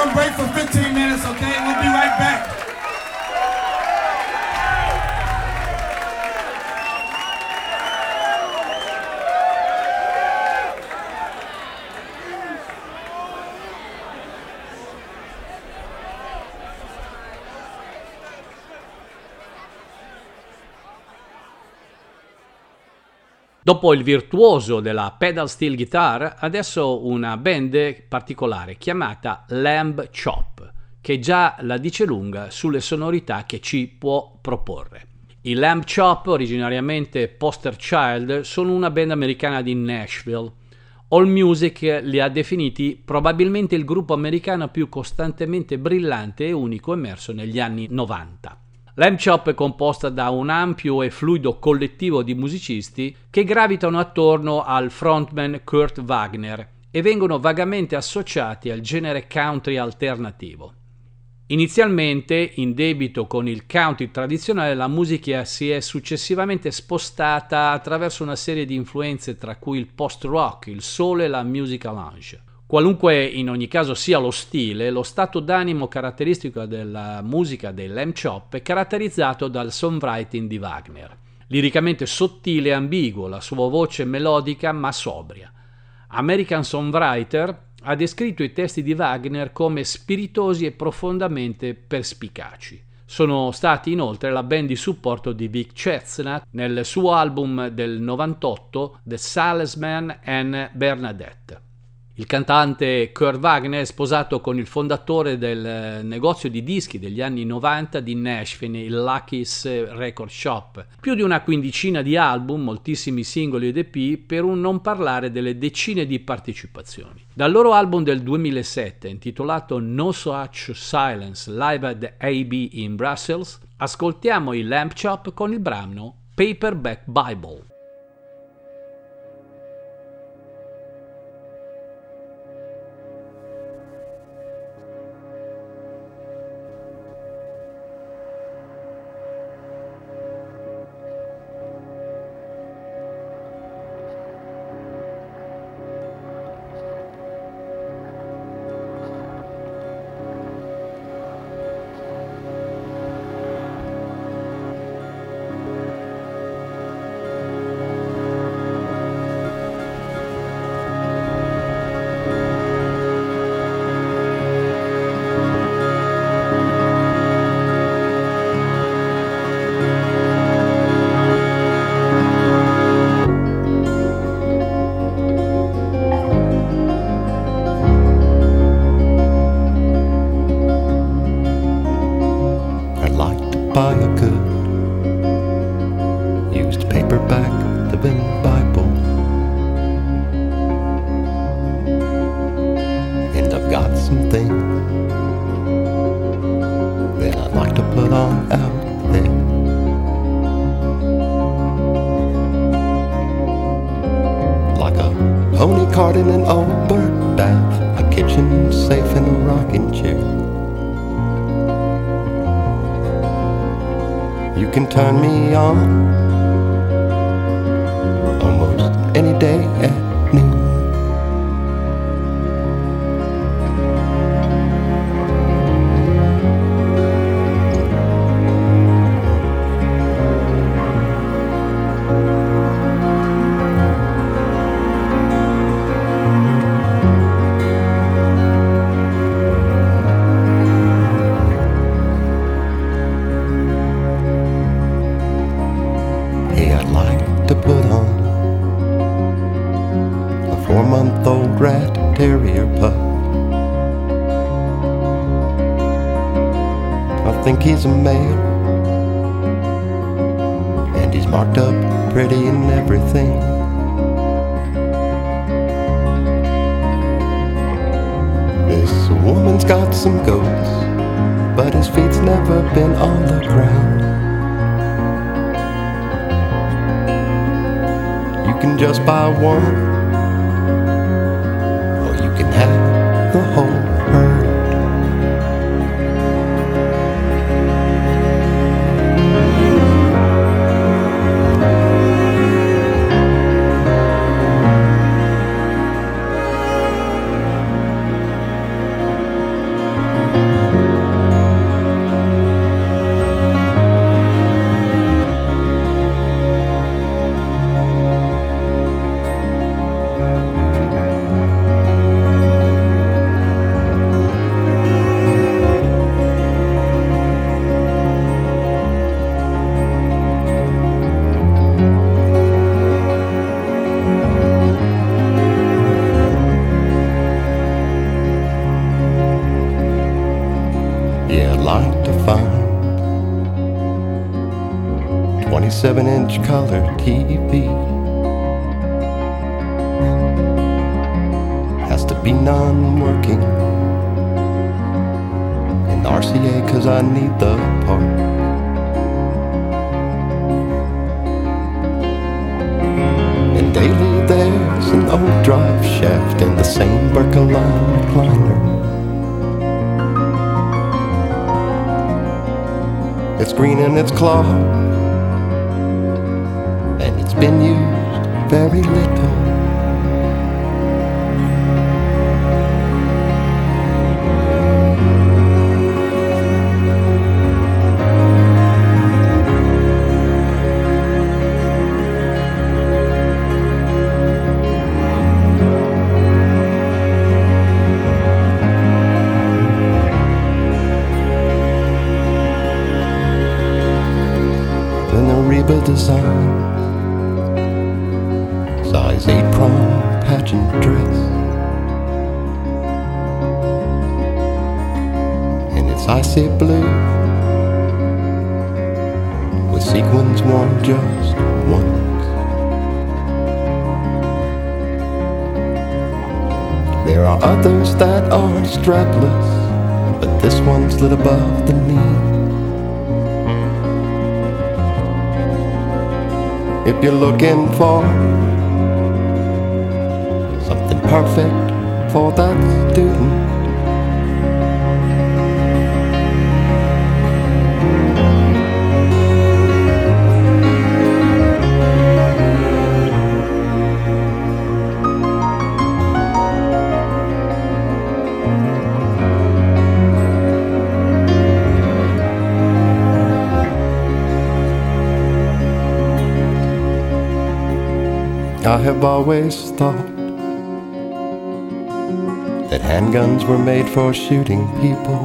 a break for fifteen minutes, okay? We'll be right back. Dopo il virtuoso della pedal steel guitar, adesso una band particolare chiamata Lamb Chop, che già la dice lunga sulle sonorità che ci può proporre. I Lamb Chop, originariamente Poster Child, sono una band americana di Nashville. AllMusic li ha definiti probabilmente il gruppo americano più costantemente brillante e unico emerso negli anni novanta. Lamb Chop è composta da un ampio e fluido collettivo di musicisti che gravitano attorno al frontman Kurt Wagner e vengono vagamente associati al genere country alternativo. Inizialmente, in debito con il country tradizionale, la musica si è successivamente spostata attraverso una serie di influenze tra cui il post-rock, il soul e la musica lounge. Qualunque in ogni caso sia lo stile, lo stato d'animo caratteristico della musica dei Lamb Chop è caratterizzato dal songwriting di Wagner. Liricamente sottile e ambiguo, la sua voce melodica ma sobria. American Songwriter ha descritto i testi di Wagner come spiritosi e profondamente perspicaci. Sono stati inoltre la band di supporto di Vic Chestnut nel suo album del novantotto The Salesman and Bernadette. Il cantante Kurt Wagner è sposato con il fondatore del negozio di dischi degli anni novanta di Nashville, il Lucky's Record Shop. Più di una quindicina di album, moltissimi singoli ed E P, per un non parlare delle decine di partecipazioni. Dal loro album del duemilasette, intitolato No Such Silence Live at the A B in Brussels, ascoltiamo i Lamb Chop con il brano Paperback Bible. In an old bird bath, a kitchen safe and a rocking chair. You can turn me on almost any day at noon. Four-month-old rat terrier pup. I think he's a male, and he's marked up pretty and everything. This woman's got some goats, but his feet's never been on the ground. You can just buy one, have the whole herd. seven inch color T V. Has to be non-working in R C A cause I need the part. And daily there's an old drive shaft in the same Berkeline recliner. It's green and it's clawed, and it's been used very little. Design, size eight prom pageant dress, and it's icy blue with sequins worn just once. There are others that are strapless, but this one's lit above the knee. If you're looking for something perfect for that student, I have always thought that handguns were made for shooting people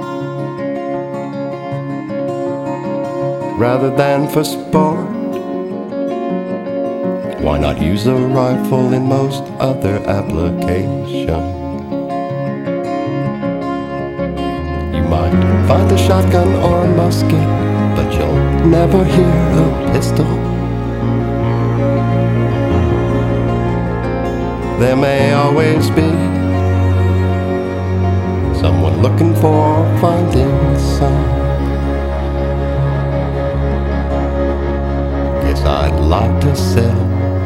rather than for sport. Why not use a rifle in most other applications? You might find a shotgun or a musket, but you'll never hear a pistol. There may always be someone looking for finding some. Guess I'd like to sell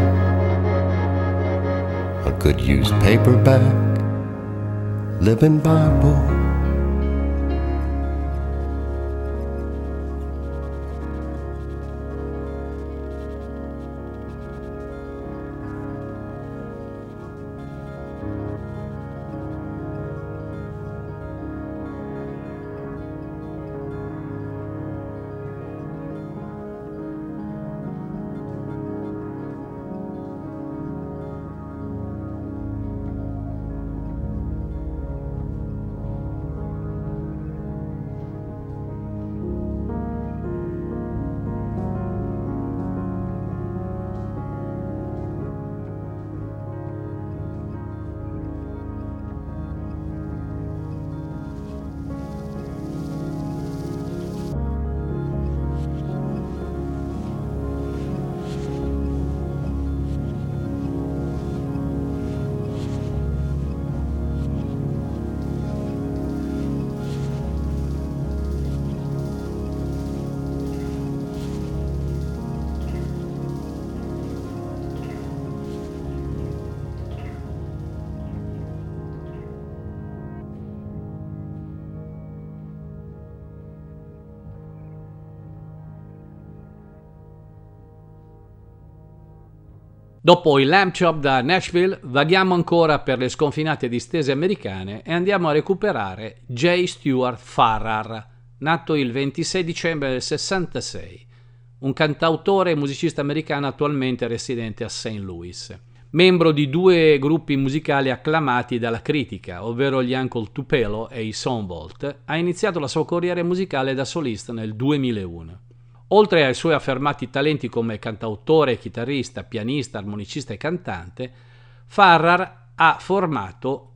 a good used paperback Living Bible. Dopo il Lamb Chop da Nashville, vaghiamo ancora per le sconfinate distese americane e andiamo a recuperare J. Stewart Farrar, nato il ventisei dicembre del sessantasei, un cantautore e musicista americano attualmente residente a Saint Louis. Membro di due gruppi musicali acclamati dalla critica, ovvero gli Uncle Tupelo e i Soundvault, ha iniziato la sua carriera musicale da solista nel duemilauno. Oltre ai suoi affermati talenti come cantautore, chitarrista, pianista, armonicista e cantante, Farrar ha formato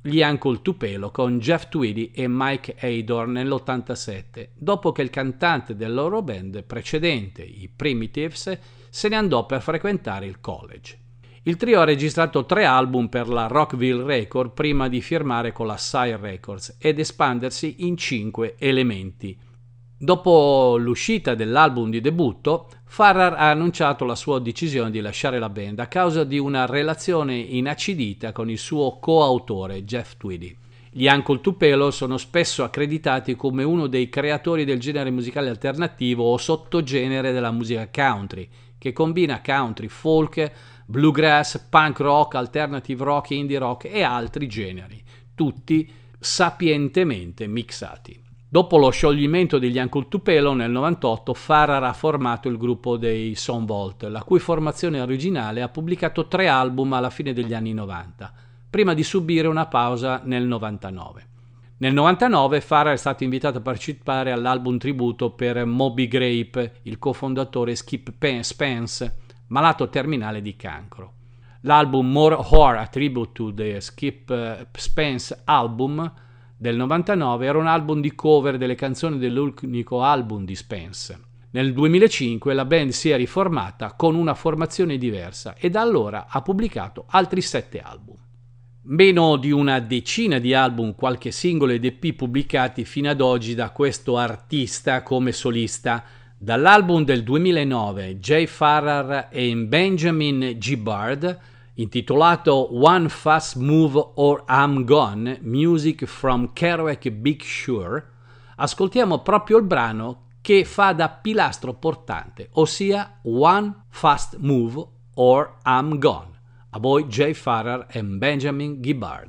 gli Uncle Tupelo con Jeff Tweedy e Mike Ador nell'ottantasette, dopo che il cantante della loro band precedente, i Primitives, se ne andò per frequentare il college. Il trio ha registrato tre album per la Rockville Record prima di firmare con la Sire Records ed espandersi in cinque elementi. Dopo l'uscita dell'album di debutto, Farrar ha annunciato la sua decisione di lasciare la band a causa di una relazione inacidita con il suo coautore Jeff Tweedy. Gli Uncle Tupelo sono spesso accreditati come uno dei creatori del genere musicale alternativo o sottogenere della musica country, che combina country, folk, bluegrass, punk rock, alternative rock, indie rock e altri generi, tutti sapientemente mixati. Dopo lo scioglimento degli Uncle Tupelo nel novantotto, Farrar ha formato il gruppo dei Son Volt, la cui formazione originale ha pubblicato tre album alla fine degli anni novanta, prima di subire una pausa nel novantanove. Nel novantanove Farrar è stato invitato a partecipare all'album tributo per Moby Grape, il cofondatore Skip Spence, malato terminale di cancro. L'album More Horror, a tribute to the Skip Spence album del novantanove, era un album di cover delle canzoni dell'unico album di Spence. Nel duemilacinque la band si è riformata con una formazione diversa e da allora ha pubblicato altri sette album. Meno di una decina di album, qualche singolo ed E P pubblicati fino ad oggi da questo artista come solista. Dall'album del duemilanove Jay Farrar e Benjamin Gibbard, intitolato One Fast Move or I'm Gone, Music from Kerouac Big Sur, ascoltiamo proprio il brano che fa da pilastro portante, ossia One Fast Move or I'm Gone. A voi Jay Farrar e Benjamin Gibbard.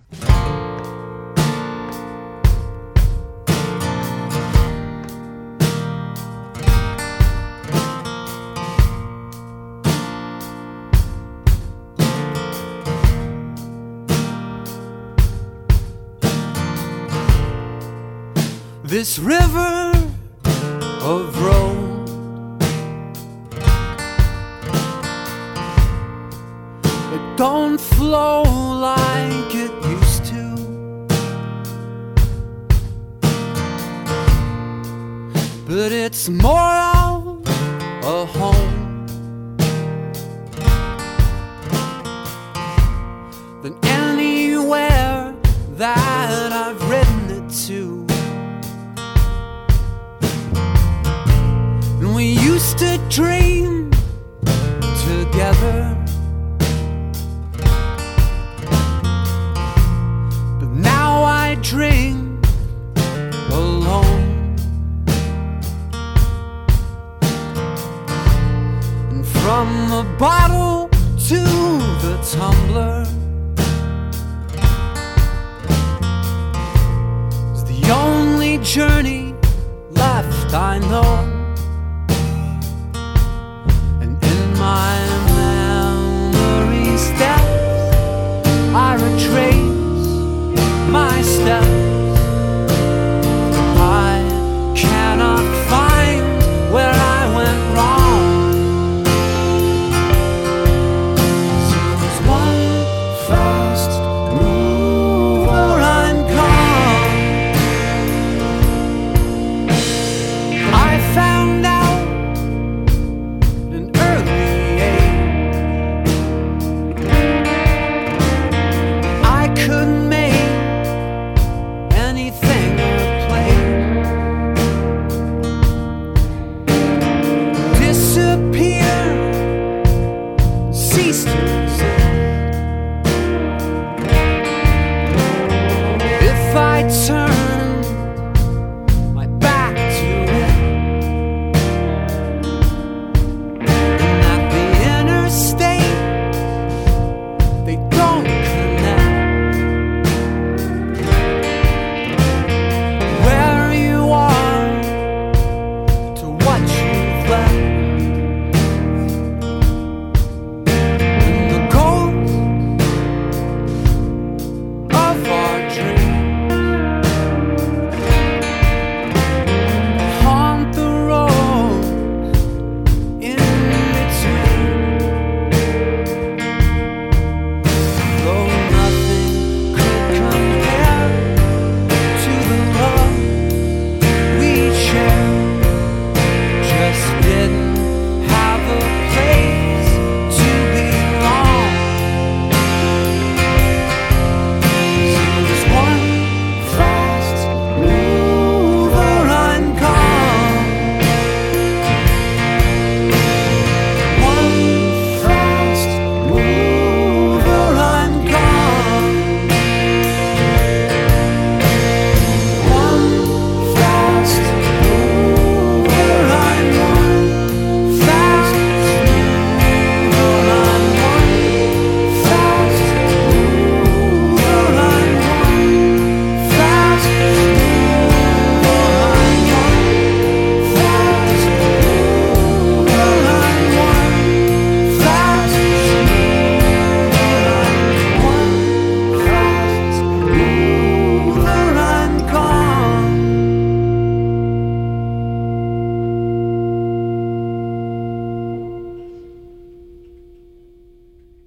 This river of road, it don't flow like it used to. But it's more of a home than anywhere that I've written it to. We used to dream together, but now I drink alone. And from the bottle to the tumbler is the only journey left I know. My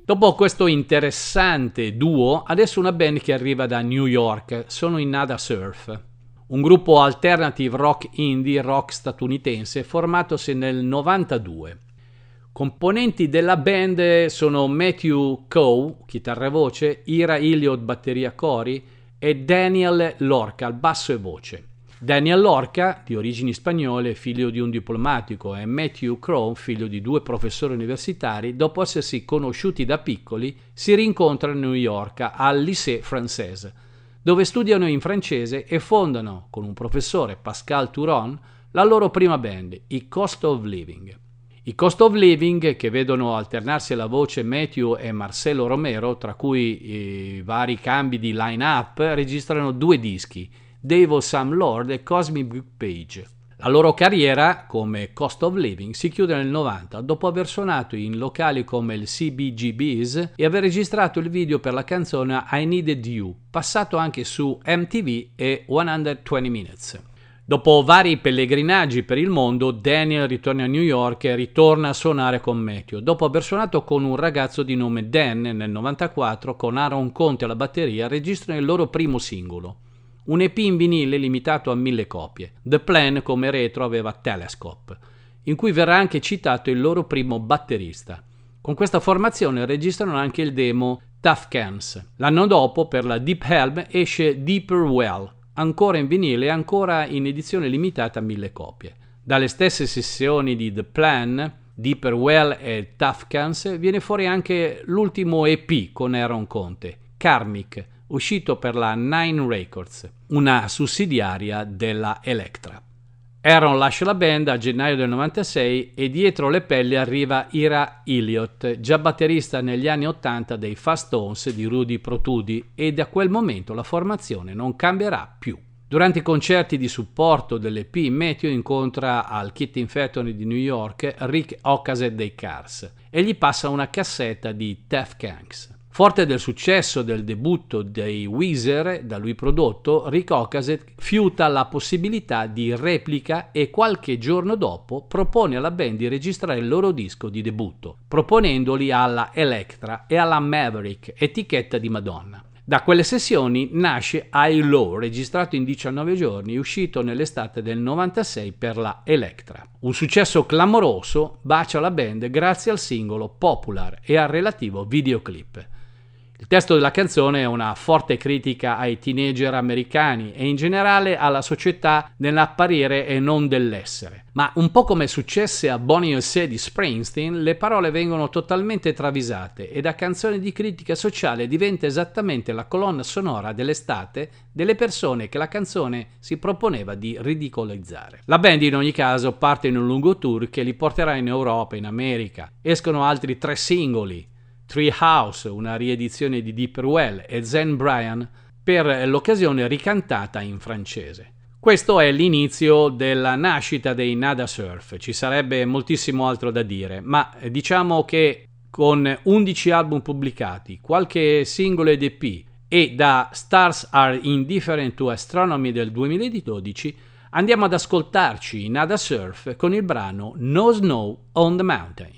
Dopo questo interessante duo, adesso una band che arriva da New York, sono i Nada Surf, un gruppo alternative rock indie rock statunitense formatosi nel novantadue. Componenti della band sono Matthew Coe, chitarra e voce, Ira Elliott, batteria cori, e Daniel Lorca, al basso e voce. Daniel Lorca, di origini spagnole, figlio di un diplomatico, e Matthew Crowe, figlio di due professori universitari, dopo essersi conosciuti da piccoli, si rincontrano a New York al Lycée Française, dove studiano in francese e fondano, con un professore, Pascal Touron, la loro prima band, i Cost of Living. I Cost of Living, che vedono alternarsi la voce Matthew e Marcelo Romero, tra cui i vari cambi di line-up, registrano due dischi, Devil Some Lord e Cosmic Book Page. La loro carriera come Cost of Living si chiude nel novanta, dopo aver suonato in locali come il C B G B's e aver registrato il video per la canzone I Needed You, passato anche su M T V e centoventi Minutes. Dopo vari pellegrinaggi per il mondo, Daniel ritorna a New York e ritorna a suonare con Matthew. Dopo aver suonato con un ragazzo di nome Dan nel novantaquattro, con Aaron Conte alla batteria, registrano il loro primo singolo, un E P in vinile limitato a mille copie. The Plan come retro aveva Telescope, in cui verrà anche citato il loro primo batterista. Con questa formazione registrano anche il demo Tough Cans. L'anno dopo, per la Deep Helm, esce Deeper Well, ancora in vinile e ancora in edizione limitata a mille copie. Dalle stesse sessioni di The Plan, Deeper Well e Tough Cans, viene fuori anche l'ultimo E P con Aaron Conte, Karmic, uscito per la Nine Records, una sussidiaria della Elektra. Aaron lascia la band a gennaio del novantasei e dietro le pelli arriva Ira Elliott, già batterista negli anni ottanta dei Fast Tones di Rudy Protudi, e da quel momento la formazione non cambierà più. Durante i concerti di supporto dell'E P, Matthew incontra al Kitchen Factory di New York Rick Ocasek dei Cars e gli passa una cassetta di Tough Cans. Forte del successo del debutto dei Weezer, da lui prodotto, Rick Ocasek fiuta la possibilità di replica e qualche giorno dopo propone alla band di registrare il loro disco di debutto, proponendoli alla Elektra e alla Maverick, etichetta di Madonna. Da quelle sessioni nasce I Low, registrato in diciannove giorni, uscito nell'estate del novantasei per la Elektra. Un successo clamoroso bacia la band grazie al singolo Popular e al relativo videoclip. Il testo della canzone è una forte critica ai teenager americani e in generale alla società nell'apparire e non dell'essere. Ma un po' come successe a Bonnie U S A di Springsteen, le parole vengono totalmente travisate e da canzone di critica sociale diventa esattamente la colonna sonora dell'estate delle persone che la canzone si proponeva di ridicolizzare. La band in ogni caso parte in un lungo tour che li porterà in Europa e in America. Escono altri tre singoli, Treehouse, una riedizione di Deeper Well, e Zen Brian, per l'occasione ricantata in francese. Questo è l'inizio della nascita dei Nada Surf. Ci sarebbe moltissimo altro da dire, ma diciamo che con undici album pubblicati, qualche singolo ed E P e da Stars Are Indifferent to Astronomy del duemiladodici, andiamo ad ascoltarci i Nada Surf con il brano No Snow on the Mountain.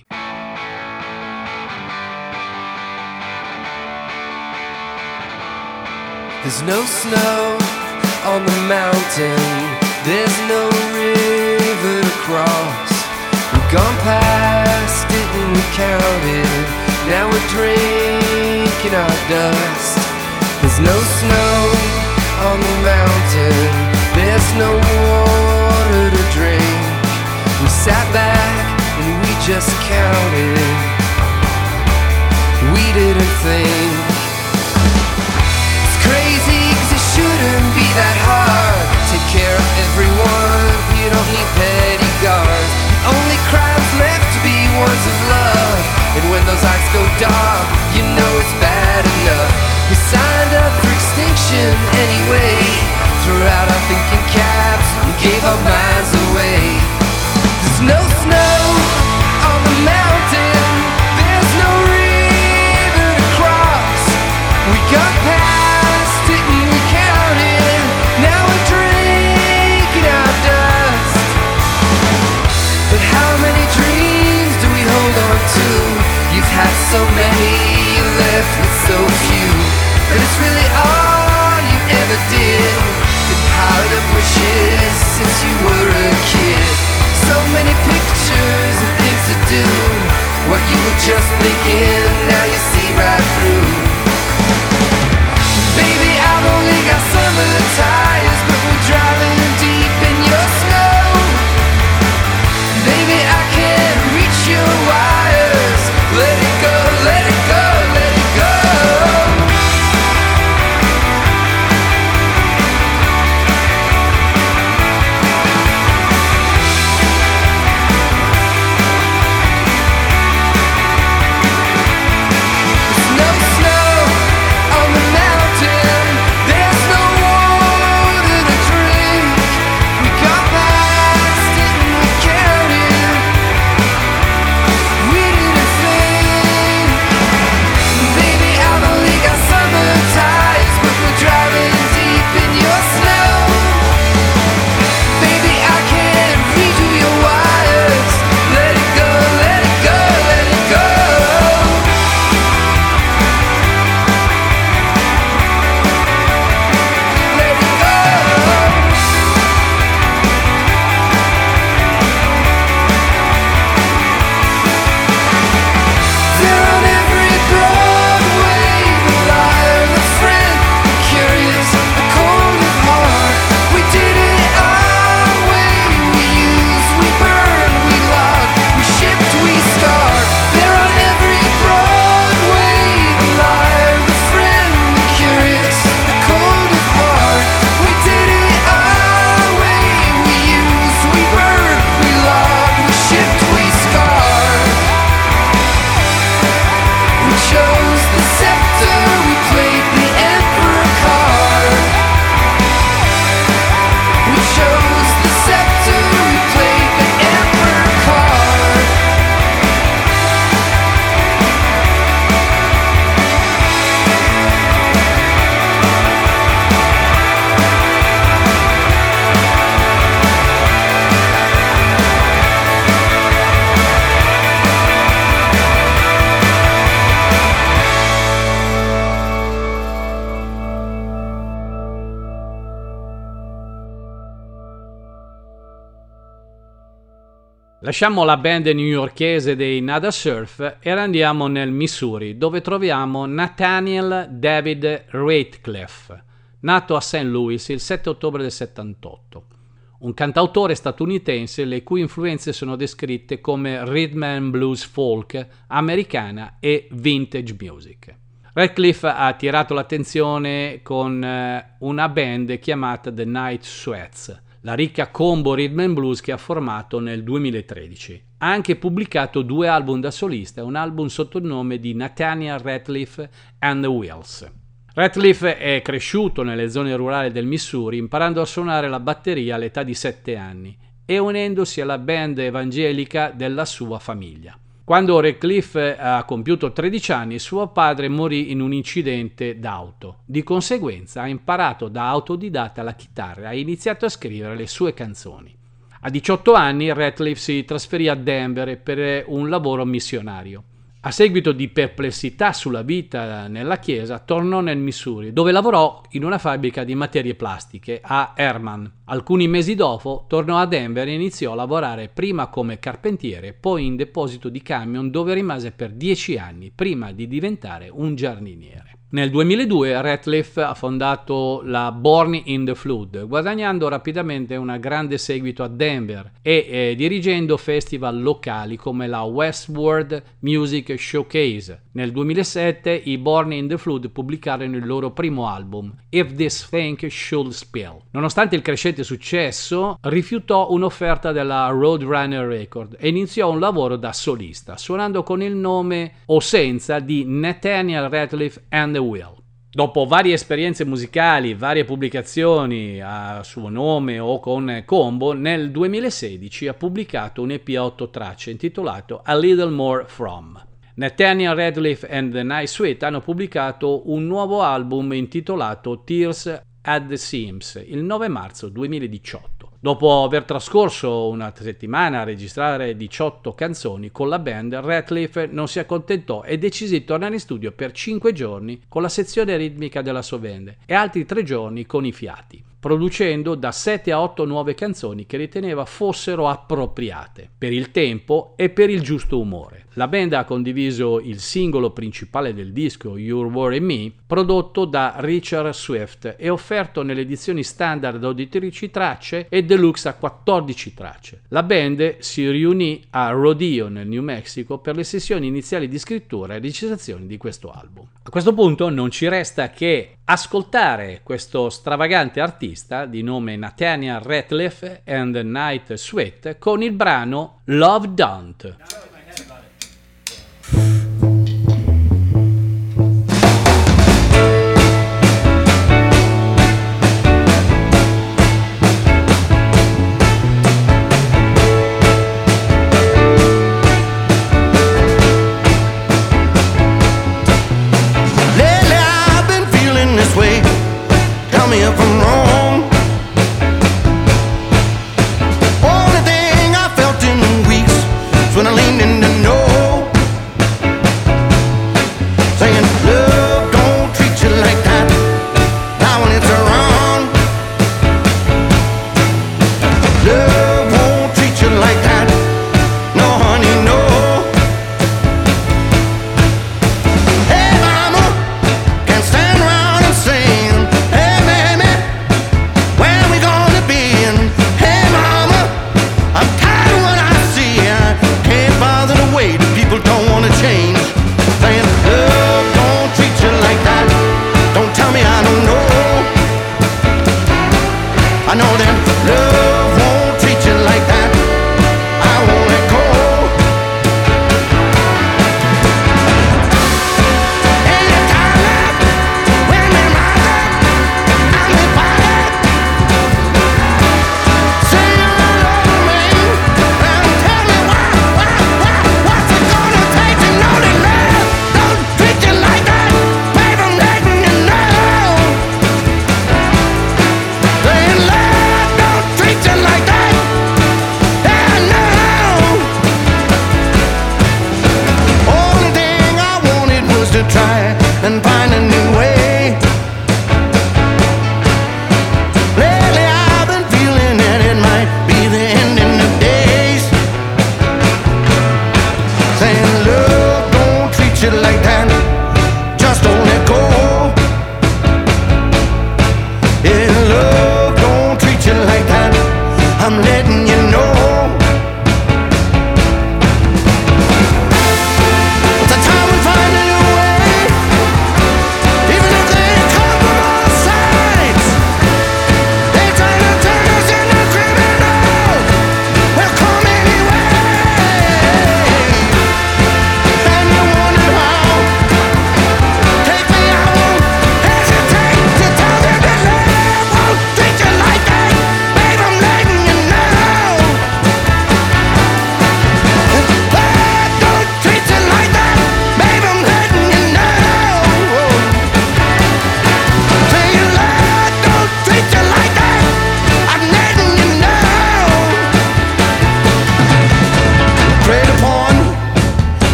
There's no snow on the mountain, there's no river to cross. We've gone past it and we counted, now we're drinking our dust. There's no snow on the mountain, there's no water to drink. We sat back and we just counted, we didn't think. Crazy, cause it shouldn't be that hard. Take care of everyone, you don't need petty guards. The only crimes left to be ones of love, and when those eyes go dark, you know it's bad enough. We signed up for extinction anyway, threw out our thinking caps and gave our minds away. There's no snow on the mountain, there's no river to cross. We got past so many Lasciamo la band newyorkese dei Nada Surf e andiamo nel Missouri, dove troviamo Nathaniel David Ratcliffe, nato a Saint Louis il sette ottobre del settantotto. Un cantautore statunitense le cui influenze sono descritte come rhythm and blues folk, americana e vintage music. Ratcliffe ha attirato l'attenzione con eh, una band chiamata The Night Sweats, la ricca combo rhythm and blues che ha formato nel duemilatredici. Ha anche pubblicato due album da solista e un album sotto il nome di Nathaniel Ratcliffe and the Wheels. Ratcliffe è cresciuto nelle zone rurali del Missouri imparando a suonare la batteria all'età di sette anni e unendosi alla band evangelica della sua famiglia. Quando Ratcliffe ha compiuto tredici anni, suo padre morì in un incidente d'auto. Di conseguenza ha imparato da autodidatta la chitarra e ha iniziato a scrivere le sue canzoni. A diciotto anni Ratcliffe si trasferì a Denver per un lavoro missionario. A seguito di perplessità sulla vita nella chiesa, tornò nel Missouri, dove lavorò in una fabbrica di materie plastiche a Herman. Alcuni mesi dopo tornò a Denver e iniziò a lavorare prima come carpentiere, poi in deposito di camion, dove rimase per dieci anni prima di diventare un giardiniere. Nel duemiladue Ratcliffe ha fondato la Born in the Flood, guadagnando rapidamente un grande seguito a Denver e eh, dirigendo festival locali come la Westward Music Showcase. Nel duemilasette i Born in the Flood pubblicarono il loro primo album, If This Thing Should Spill. Nonostante il crescente successo, rifiutò un'offerta della Roadrunner Record e iniziò un lavoro da solista, suonando con il nome o senza di Nathaniel Ratcliffe and the Wheel. Dopo varie esperienze musicali, varie pubblicazioni a suo nome o con combo, nel duemilasedici ha pubblicato un E P a otto tracce intitolato A Little More From. Nathaniel Ratcliffe and the Night Sweat hanno pubblicato un nuovo album intitolato Tears at the Seams il nove marzo duemiladiciotto. Dopo aver trascorso una settimana a registrare diciotto canzoni con la band, Ratcliffe non si accontentò e decise di tornare in studio per cinque giorni con la sezione ritmica della sua band e altri tre giorni con i fiati, producendo da sette a otto nuove canzoni che riteneva fossero appropriate per il tempo e per il giusto umore. La band ha condiviso il singolo principale del disco, Your Word and Me, prodotto da Richard Swift e offerto nelle edizioni standard a tredici tracce e deluxe a quattordici tracce. La band si riunì a Rodeo nel New Mexico per le sessioni iniziali di scrittura e registrazione di questo album. A questo punto non ci resta che ascoltare questo stravagante artista di nome Nathaniel Ratcliffe and the Night Sweat con il brano Love Don't. When I leaned in the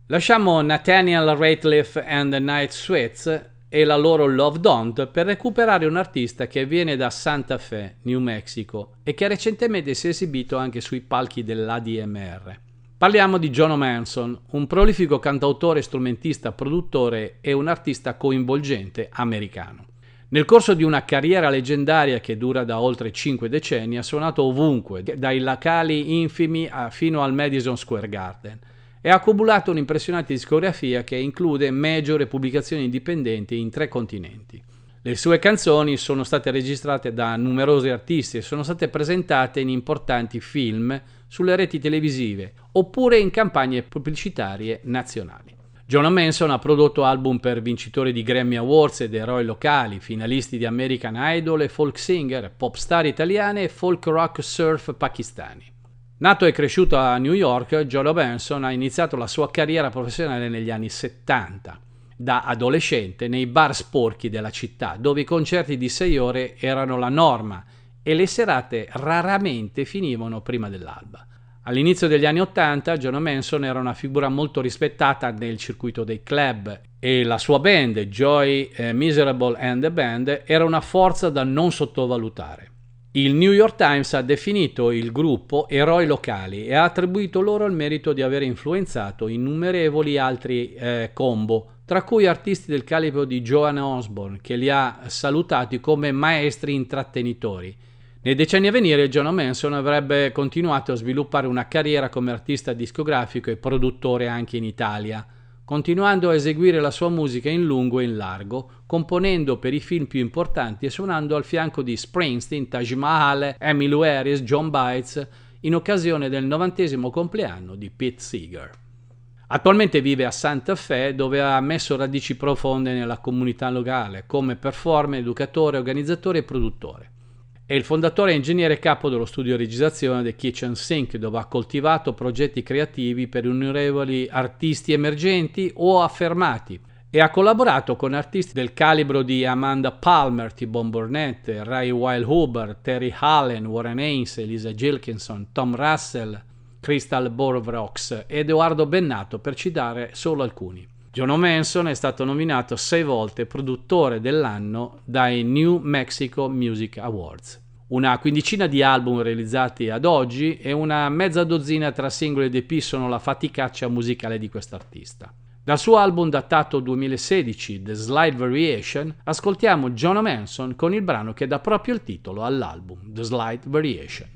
Lasciamo Nathaniel Rateliff and the Night Sweats e la loro Love Don't per recuperare un artista che viene da Santa Fe, New Mexico, e che recentemente si è esibito anche sui palchi dell'A D M R. Parliamo di Jono Manson, un prolifico cantautore, strumentista, produttore e un artista coinvolgente americano. Nel corso di una carriera leggendaria che dura da oltre cinque decenni, ha suonato ovunque, dai locali infimi a, fino al Madison Square Garden, e ha accumulato un'impressionante discografia che include major e pubblicazioni indipendenti in tre continenti. Le sue canzoni sono state registrate da numerosi artisti e sono state presentate in importanti film, sulle reti televisive oppure in campagne pubblicitarie nazionali. Jono Manson ha prodotto album per vincitori di Grammy Awards ed eroi locali, finalisti di American Idol e folk singer, pop star italiane e folk rock surf pakistani. Nato e cresciuto a New York, Jono Manson ha iniziato la sua carriera professionale negli anni settanta, da adolescente nei bar sporchi della città, dove i concerti di sei ore erano la norma e le serate raramente finivano prima dell'alba. All'inizio degli anni ottanta Jono Manson era una figura molto rispettata nel circuito dei club e la sua band, Joy eh, Miserable and the Band, era una forza da non sottovalutare. Il New York Times ha definito il gruppo eroi locali e ha attribuito loro il merito di aver influenzato innumerevoli altri eh, combo, tra cui artisti del calibro di Joan Osborne, che li ha salutati come maestri intrattenitori. Nei decenni a venire Jono Manson avrebbe continuato a sviluppare una carriera come artista discografico e produttore anche in Italia, continuando a eseguire la sua musica in lungo e in largo, componendo per i film più importanti e suonando al fianco di Springsteen, Taj Mahal, Emmylou Harris, John Baez, in occasione del novantesimo compleanno di Pete Seeger. Attualmente vive a Santa Fe, dove ha messo radici profonde nella comunità locale, come performer, educatore, organizzatore e produttore. È il fondatore e ingegnere capo dello studio registrazione The Kitchen Sink, dove ha coltivato progetti creativi per innumerevoli artisti emergenti o affermati e ha collaborato con artisti del calibro di Amanda Palmer, T-Bone Burnett, Ray Wylie Hubbard, Terry Allen, Warren Haynes, Elisa Gilkinson, Tom Russell, Crystal Borvrocks ed Edoardo Bennato, per citare solo alcuni. Jono Manson è stato nominato sei volte produttore dell'anno dai New Mexico Music Awards. Una quindicina di album realizzati ad oggi e una mezza dozzina tra singoli ed E P sono la faticaccia musicale di quest'artista. Dal suo album datato duemilasedici, The Slight Variation, ascoltiamo Jono Manson con il brano che dà proprio il titolo all'album, The Slight Variation.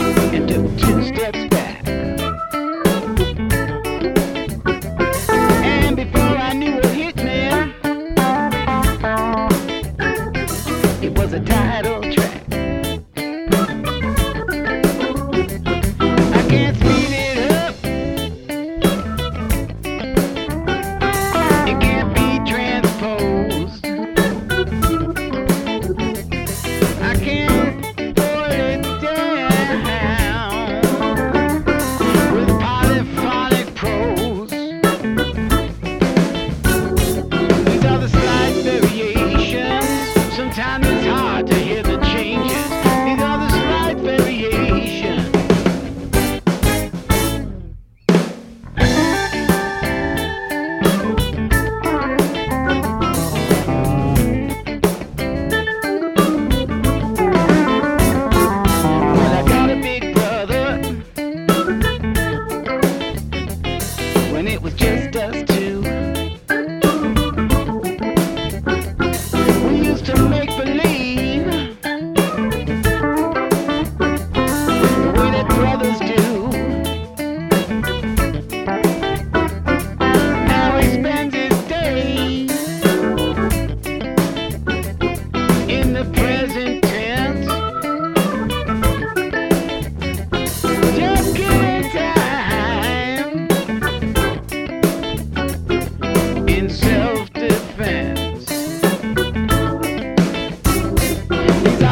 Steps back.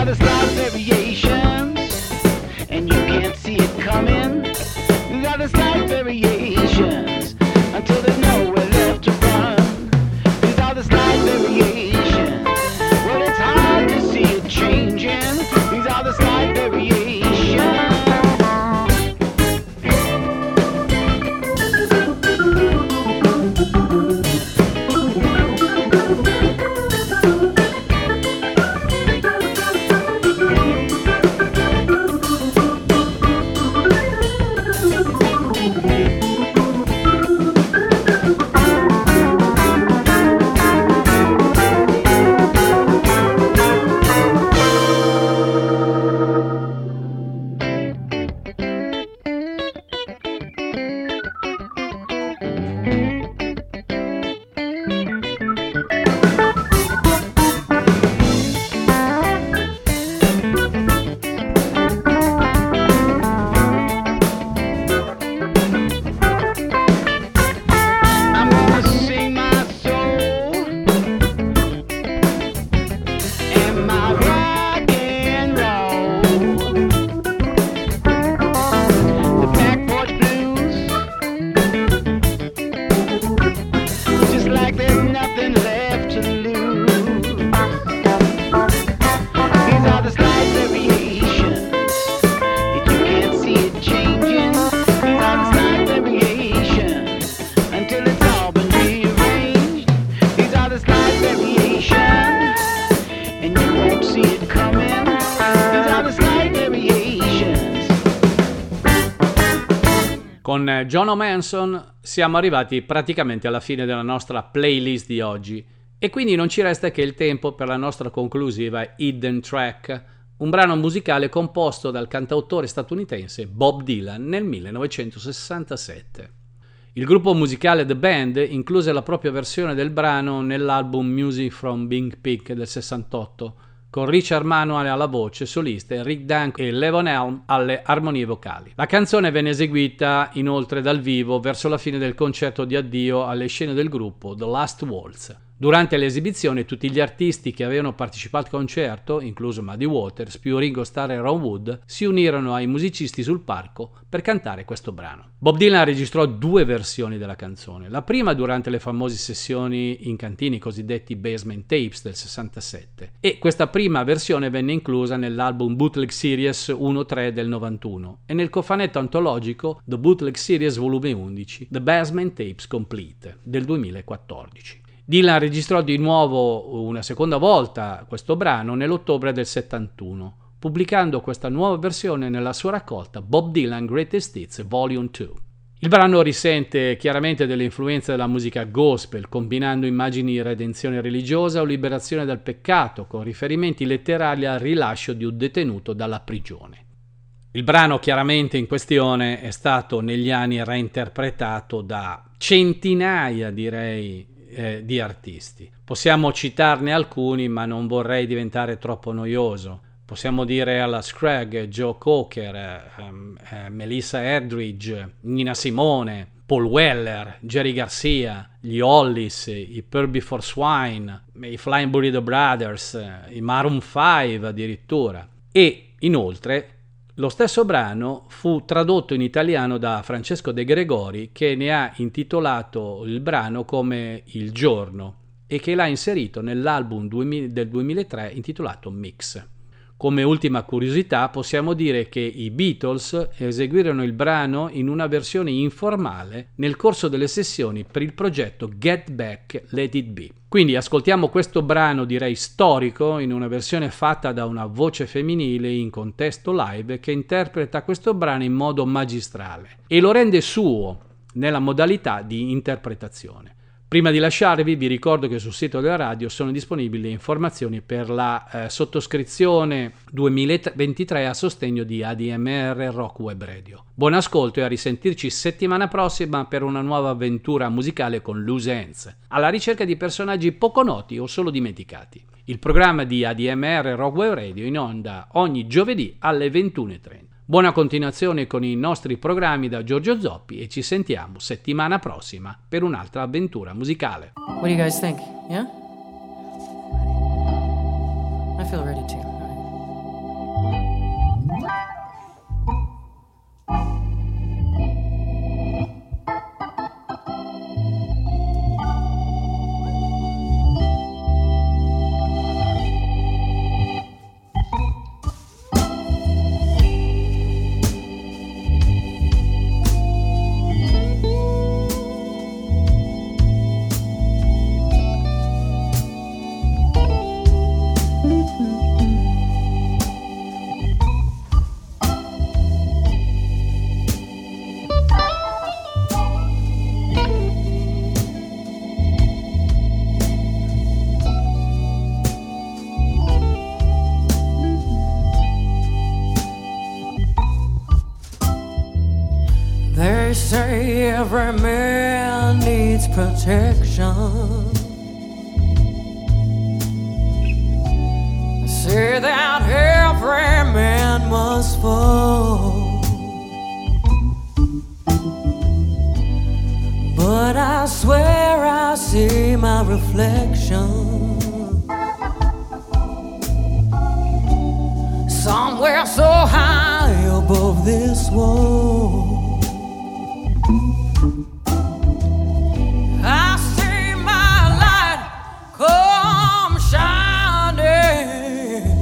the slight variations, and you can't see it coming. These are the slight variations, until there's nowhere left to run. These are the slight variations, well, it's hard to see it changing. These are the slight variations. Con John Manson siamo arrivati praticamente alla fine della nostra playlist di oggi e quindi non ci resta che il tempo per la nostra conclusiva Hidden Track, un brano musicale composto dal cantautore statunitense Bob Dylan nel millenovecentosessantasette. Il gruppo musicale The Band incluse la propria versione del brano nell'album Music from Big Pig del sessantotto, con Richard Manuel alla voce solista e Rick Danko e Levon Helm alle armonie vocali. La canzone venne eseguita inoltre dal vivo verso la fine del concerto di addio alle scene del gruppo The Last Waltz. Durante l'esibizione tutti gli artisti che avevano partecipato al concerto, incluso Muddy Waters, più Ringo Starr e Ron Wood, si unirono ai musicisti sul palco per cantare questo brano. Bob Dylan registrò due versioni della canzone, la prima durante le famose sessioni in cantina, i cosiddetti Basement Tapes del sessantasette, e questa prima versione venne inclusa nell'album Bootleg Series uno tre del novantuno e nel cofanetto antologico The Bootleg Series volume undici, The Basement Tapes Complete del duemilaquattordici. Dylan registrò di nuovo una seconda volta questo brano nell'ottobre del settantuno, pubblicando questa nuova versione nella sua raccolta Bob Dylan Greatest Hits Volume due. Il brano risente chiaramente delle influenze della musica gospel, combinando immagini di redenzione religiosa o liberazione dal peccato, con riferimenti letterali al rilascio di un detenuto dalla prigione. Il brano chiaramente in questione è stato negli anni reinterpretato da centinaia, direi, Eh, di artisti. Possiamo citarne alcuni, ma non vorrei diventare troppo noioso. Possiamo dire alla Scragg, Joe Cocker, eh, eh, Melissa Etheridge, Nina Simone, Paul Weller, Jerry Garcia, gli Hollies, i Pearl Before Swine, i Flying Burrito Brothers, eh, i Maroon cinque addirittura. E inoltre lo stesso brano fu tradotto in italiano da Francesco De Gregori, che ne ha intitolato il brano come Il Giorno e che l'ha inserito nell'album del duemilatré intitolato Mix. Come ultima curiosità possiamo dire che i Beatles eseguirono il brano in una versione informale nel corso delle sessioni per il progetto Get Back, Let It Be. Quindi ascoltiamo questo brano, direi storico, in una versione fatta da una voce femminile in contesto live che interpreta questo brano in modo magistrale e lo rende suo nella modalità di interpretazione. Prima di lasciarvi vi ricordo che sul sito della radio sono disponibili informazioni per la eh, sottoscrizione duemilaventitré a sostegno di A D M R Rock Web Radio. Buon ascolto e a risentirci settimana prossima per una nuova avventura musicale con Loose Ends, alla ricerca di personaggi poco noti o solo dimenticati. Il programma di A D M R Rock Web Radio in onda ogni giovedì alle ventuno e trenta. Buona continuazione con i nostri programmi da Giorgio Zoppi e ci sentiamo settimana prossima per un'altra avventura musicale. What do you guys think? Yeah? I feel ready to. All right. say every man needs protection. Say that every man must fall. But I swear I see my reflection somewhere so high above this wall. I see my light come shining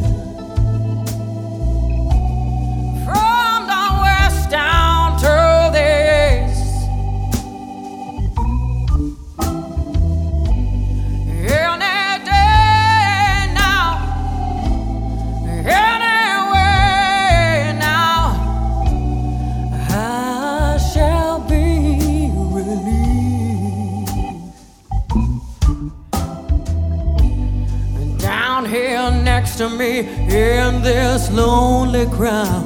from the west down to the east. Any day now, anyway now, I shall be released. Down here next to me in this lonely crowd,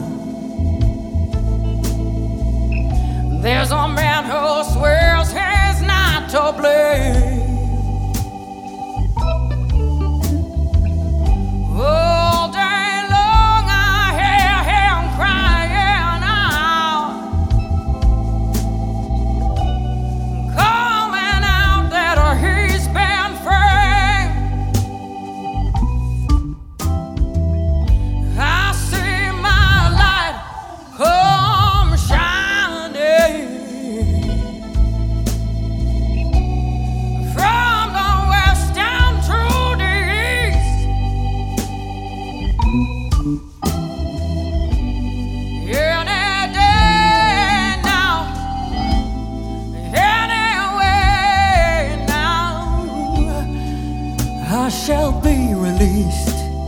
there's a man who swears he's not to blame. All day long I hear him crying out, calling out that he's been free. I see my light come shining from the west down to the east. Any day now, anyway now, I shall be released.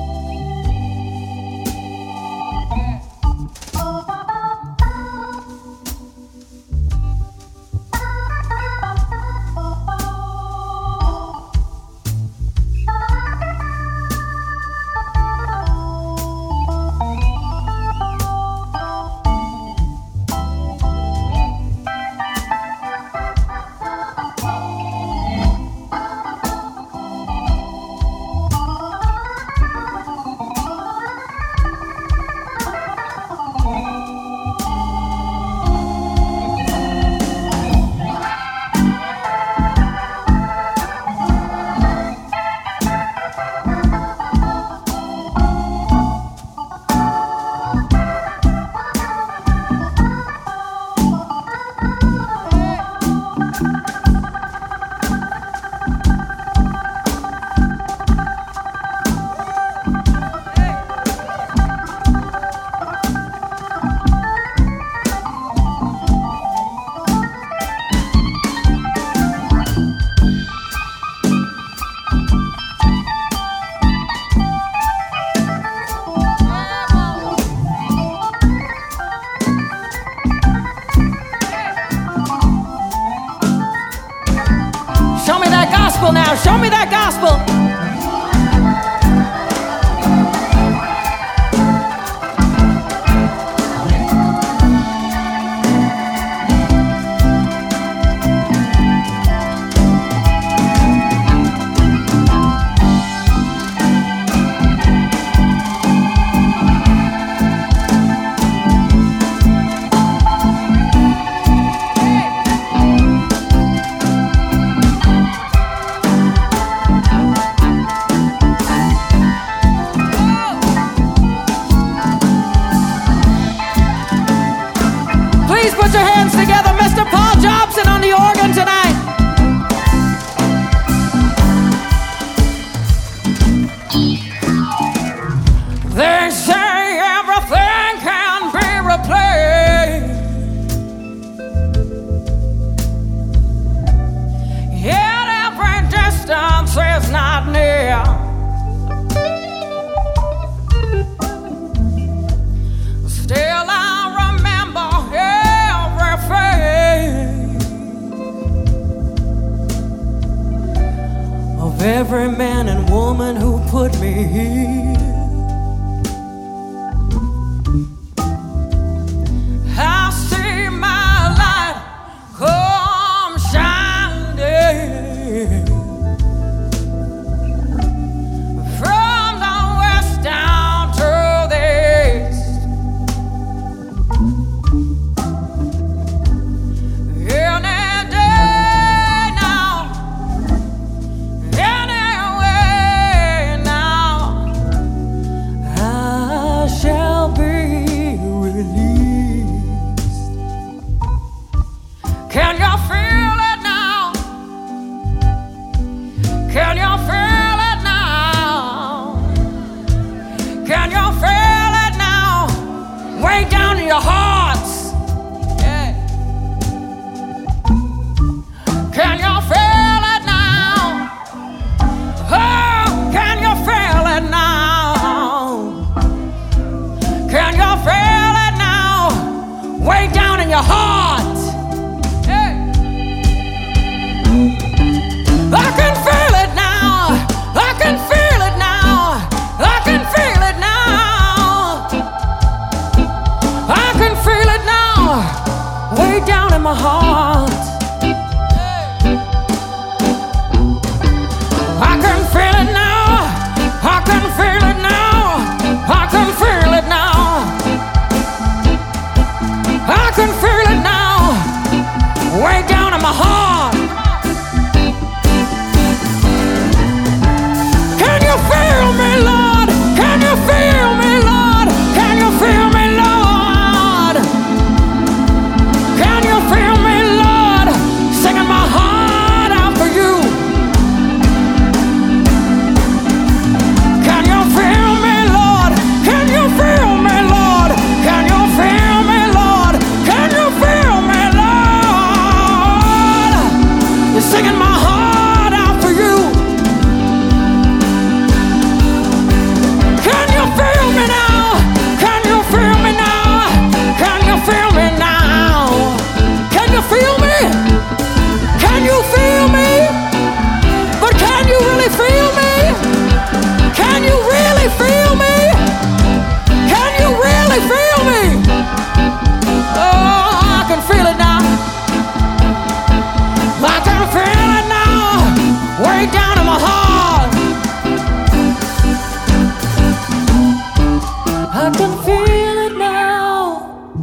Show me that gospel now. Show me that gospel. Put your hands together, Mister Paul Jobson on the organ tonight. They say everything can be replaced, yet every distance is not near. Still I remember of every man and woman who put me here. I see my light way down in my heart. I can feel it now, I can feel it now, I can feel it now, I can feel it now, way down in my heart. Can you feel me, Lord? Can you feel me, Lord? Can you feel me, Lord? Can you feel me, Lord? Singing my heart out for you. Can you feel me, Lord? Can you feel me, Lord? Can you feel me, Lord? Can you feel me, Lord? You're singing my heart out for you. Can you feel me now? Can you feel me now? Can you feel me now? Can you feel me? Can you feel me? But can you really feel me? Can you really feel me? Can you really feel me? Oh, I can feel it now. I can feel it now, way down in my heart. I can feel it now.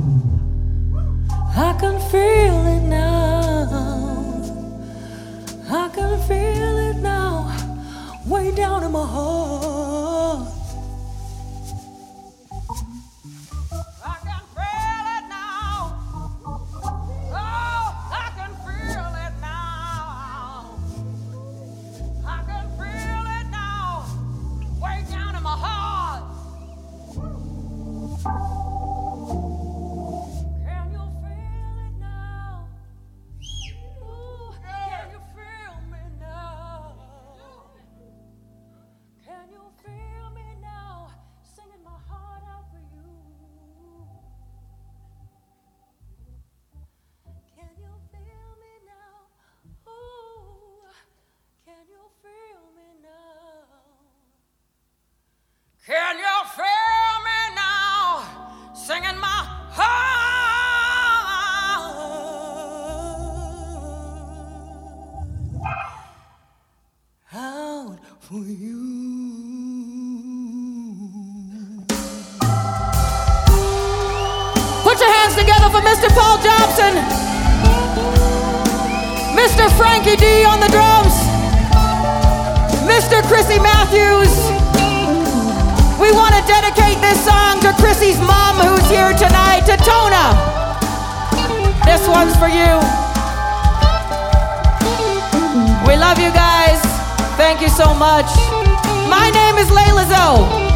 I can feel it now. I can feel it now, way down in my heart. I can feel it now. Oh, I can feel it now. I can feel it now, way down in my heart. Can you feel it now? Ooh, can you feel me now? Can you feel me now? Singing my heart out for you. Can you feel me now? Ooh, can you feel me now? Can you feel me now? Singing my heart out for you. Put your hands together for Mister Paul Johnson, Mister Frankie D on the drums, Mister Chrissy Matthews. We want to dedicate this song to Chrissy's mom who's here tonight, to Tona. This one's for you. We love you guys. Thank you so much. My name is Layla Zoe.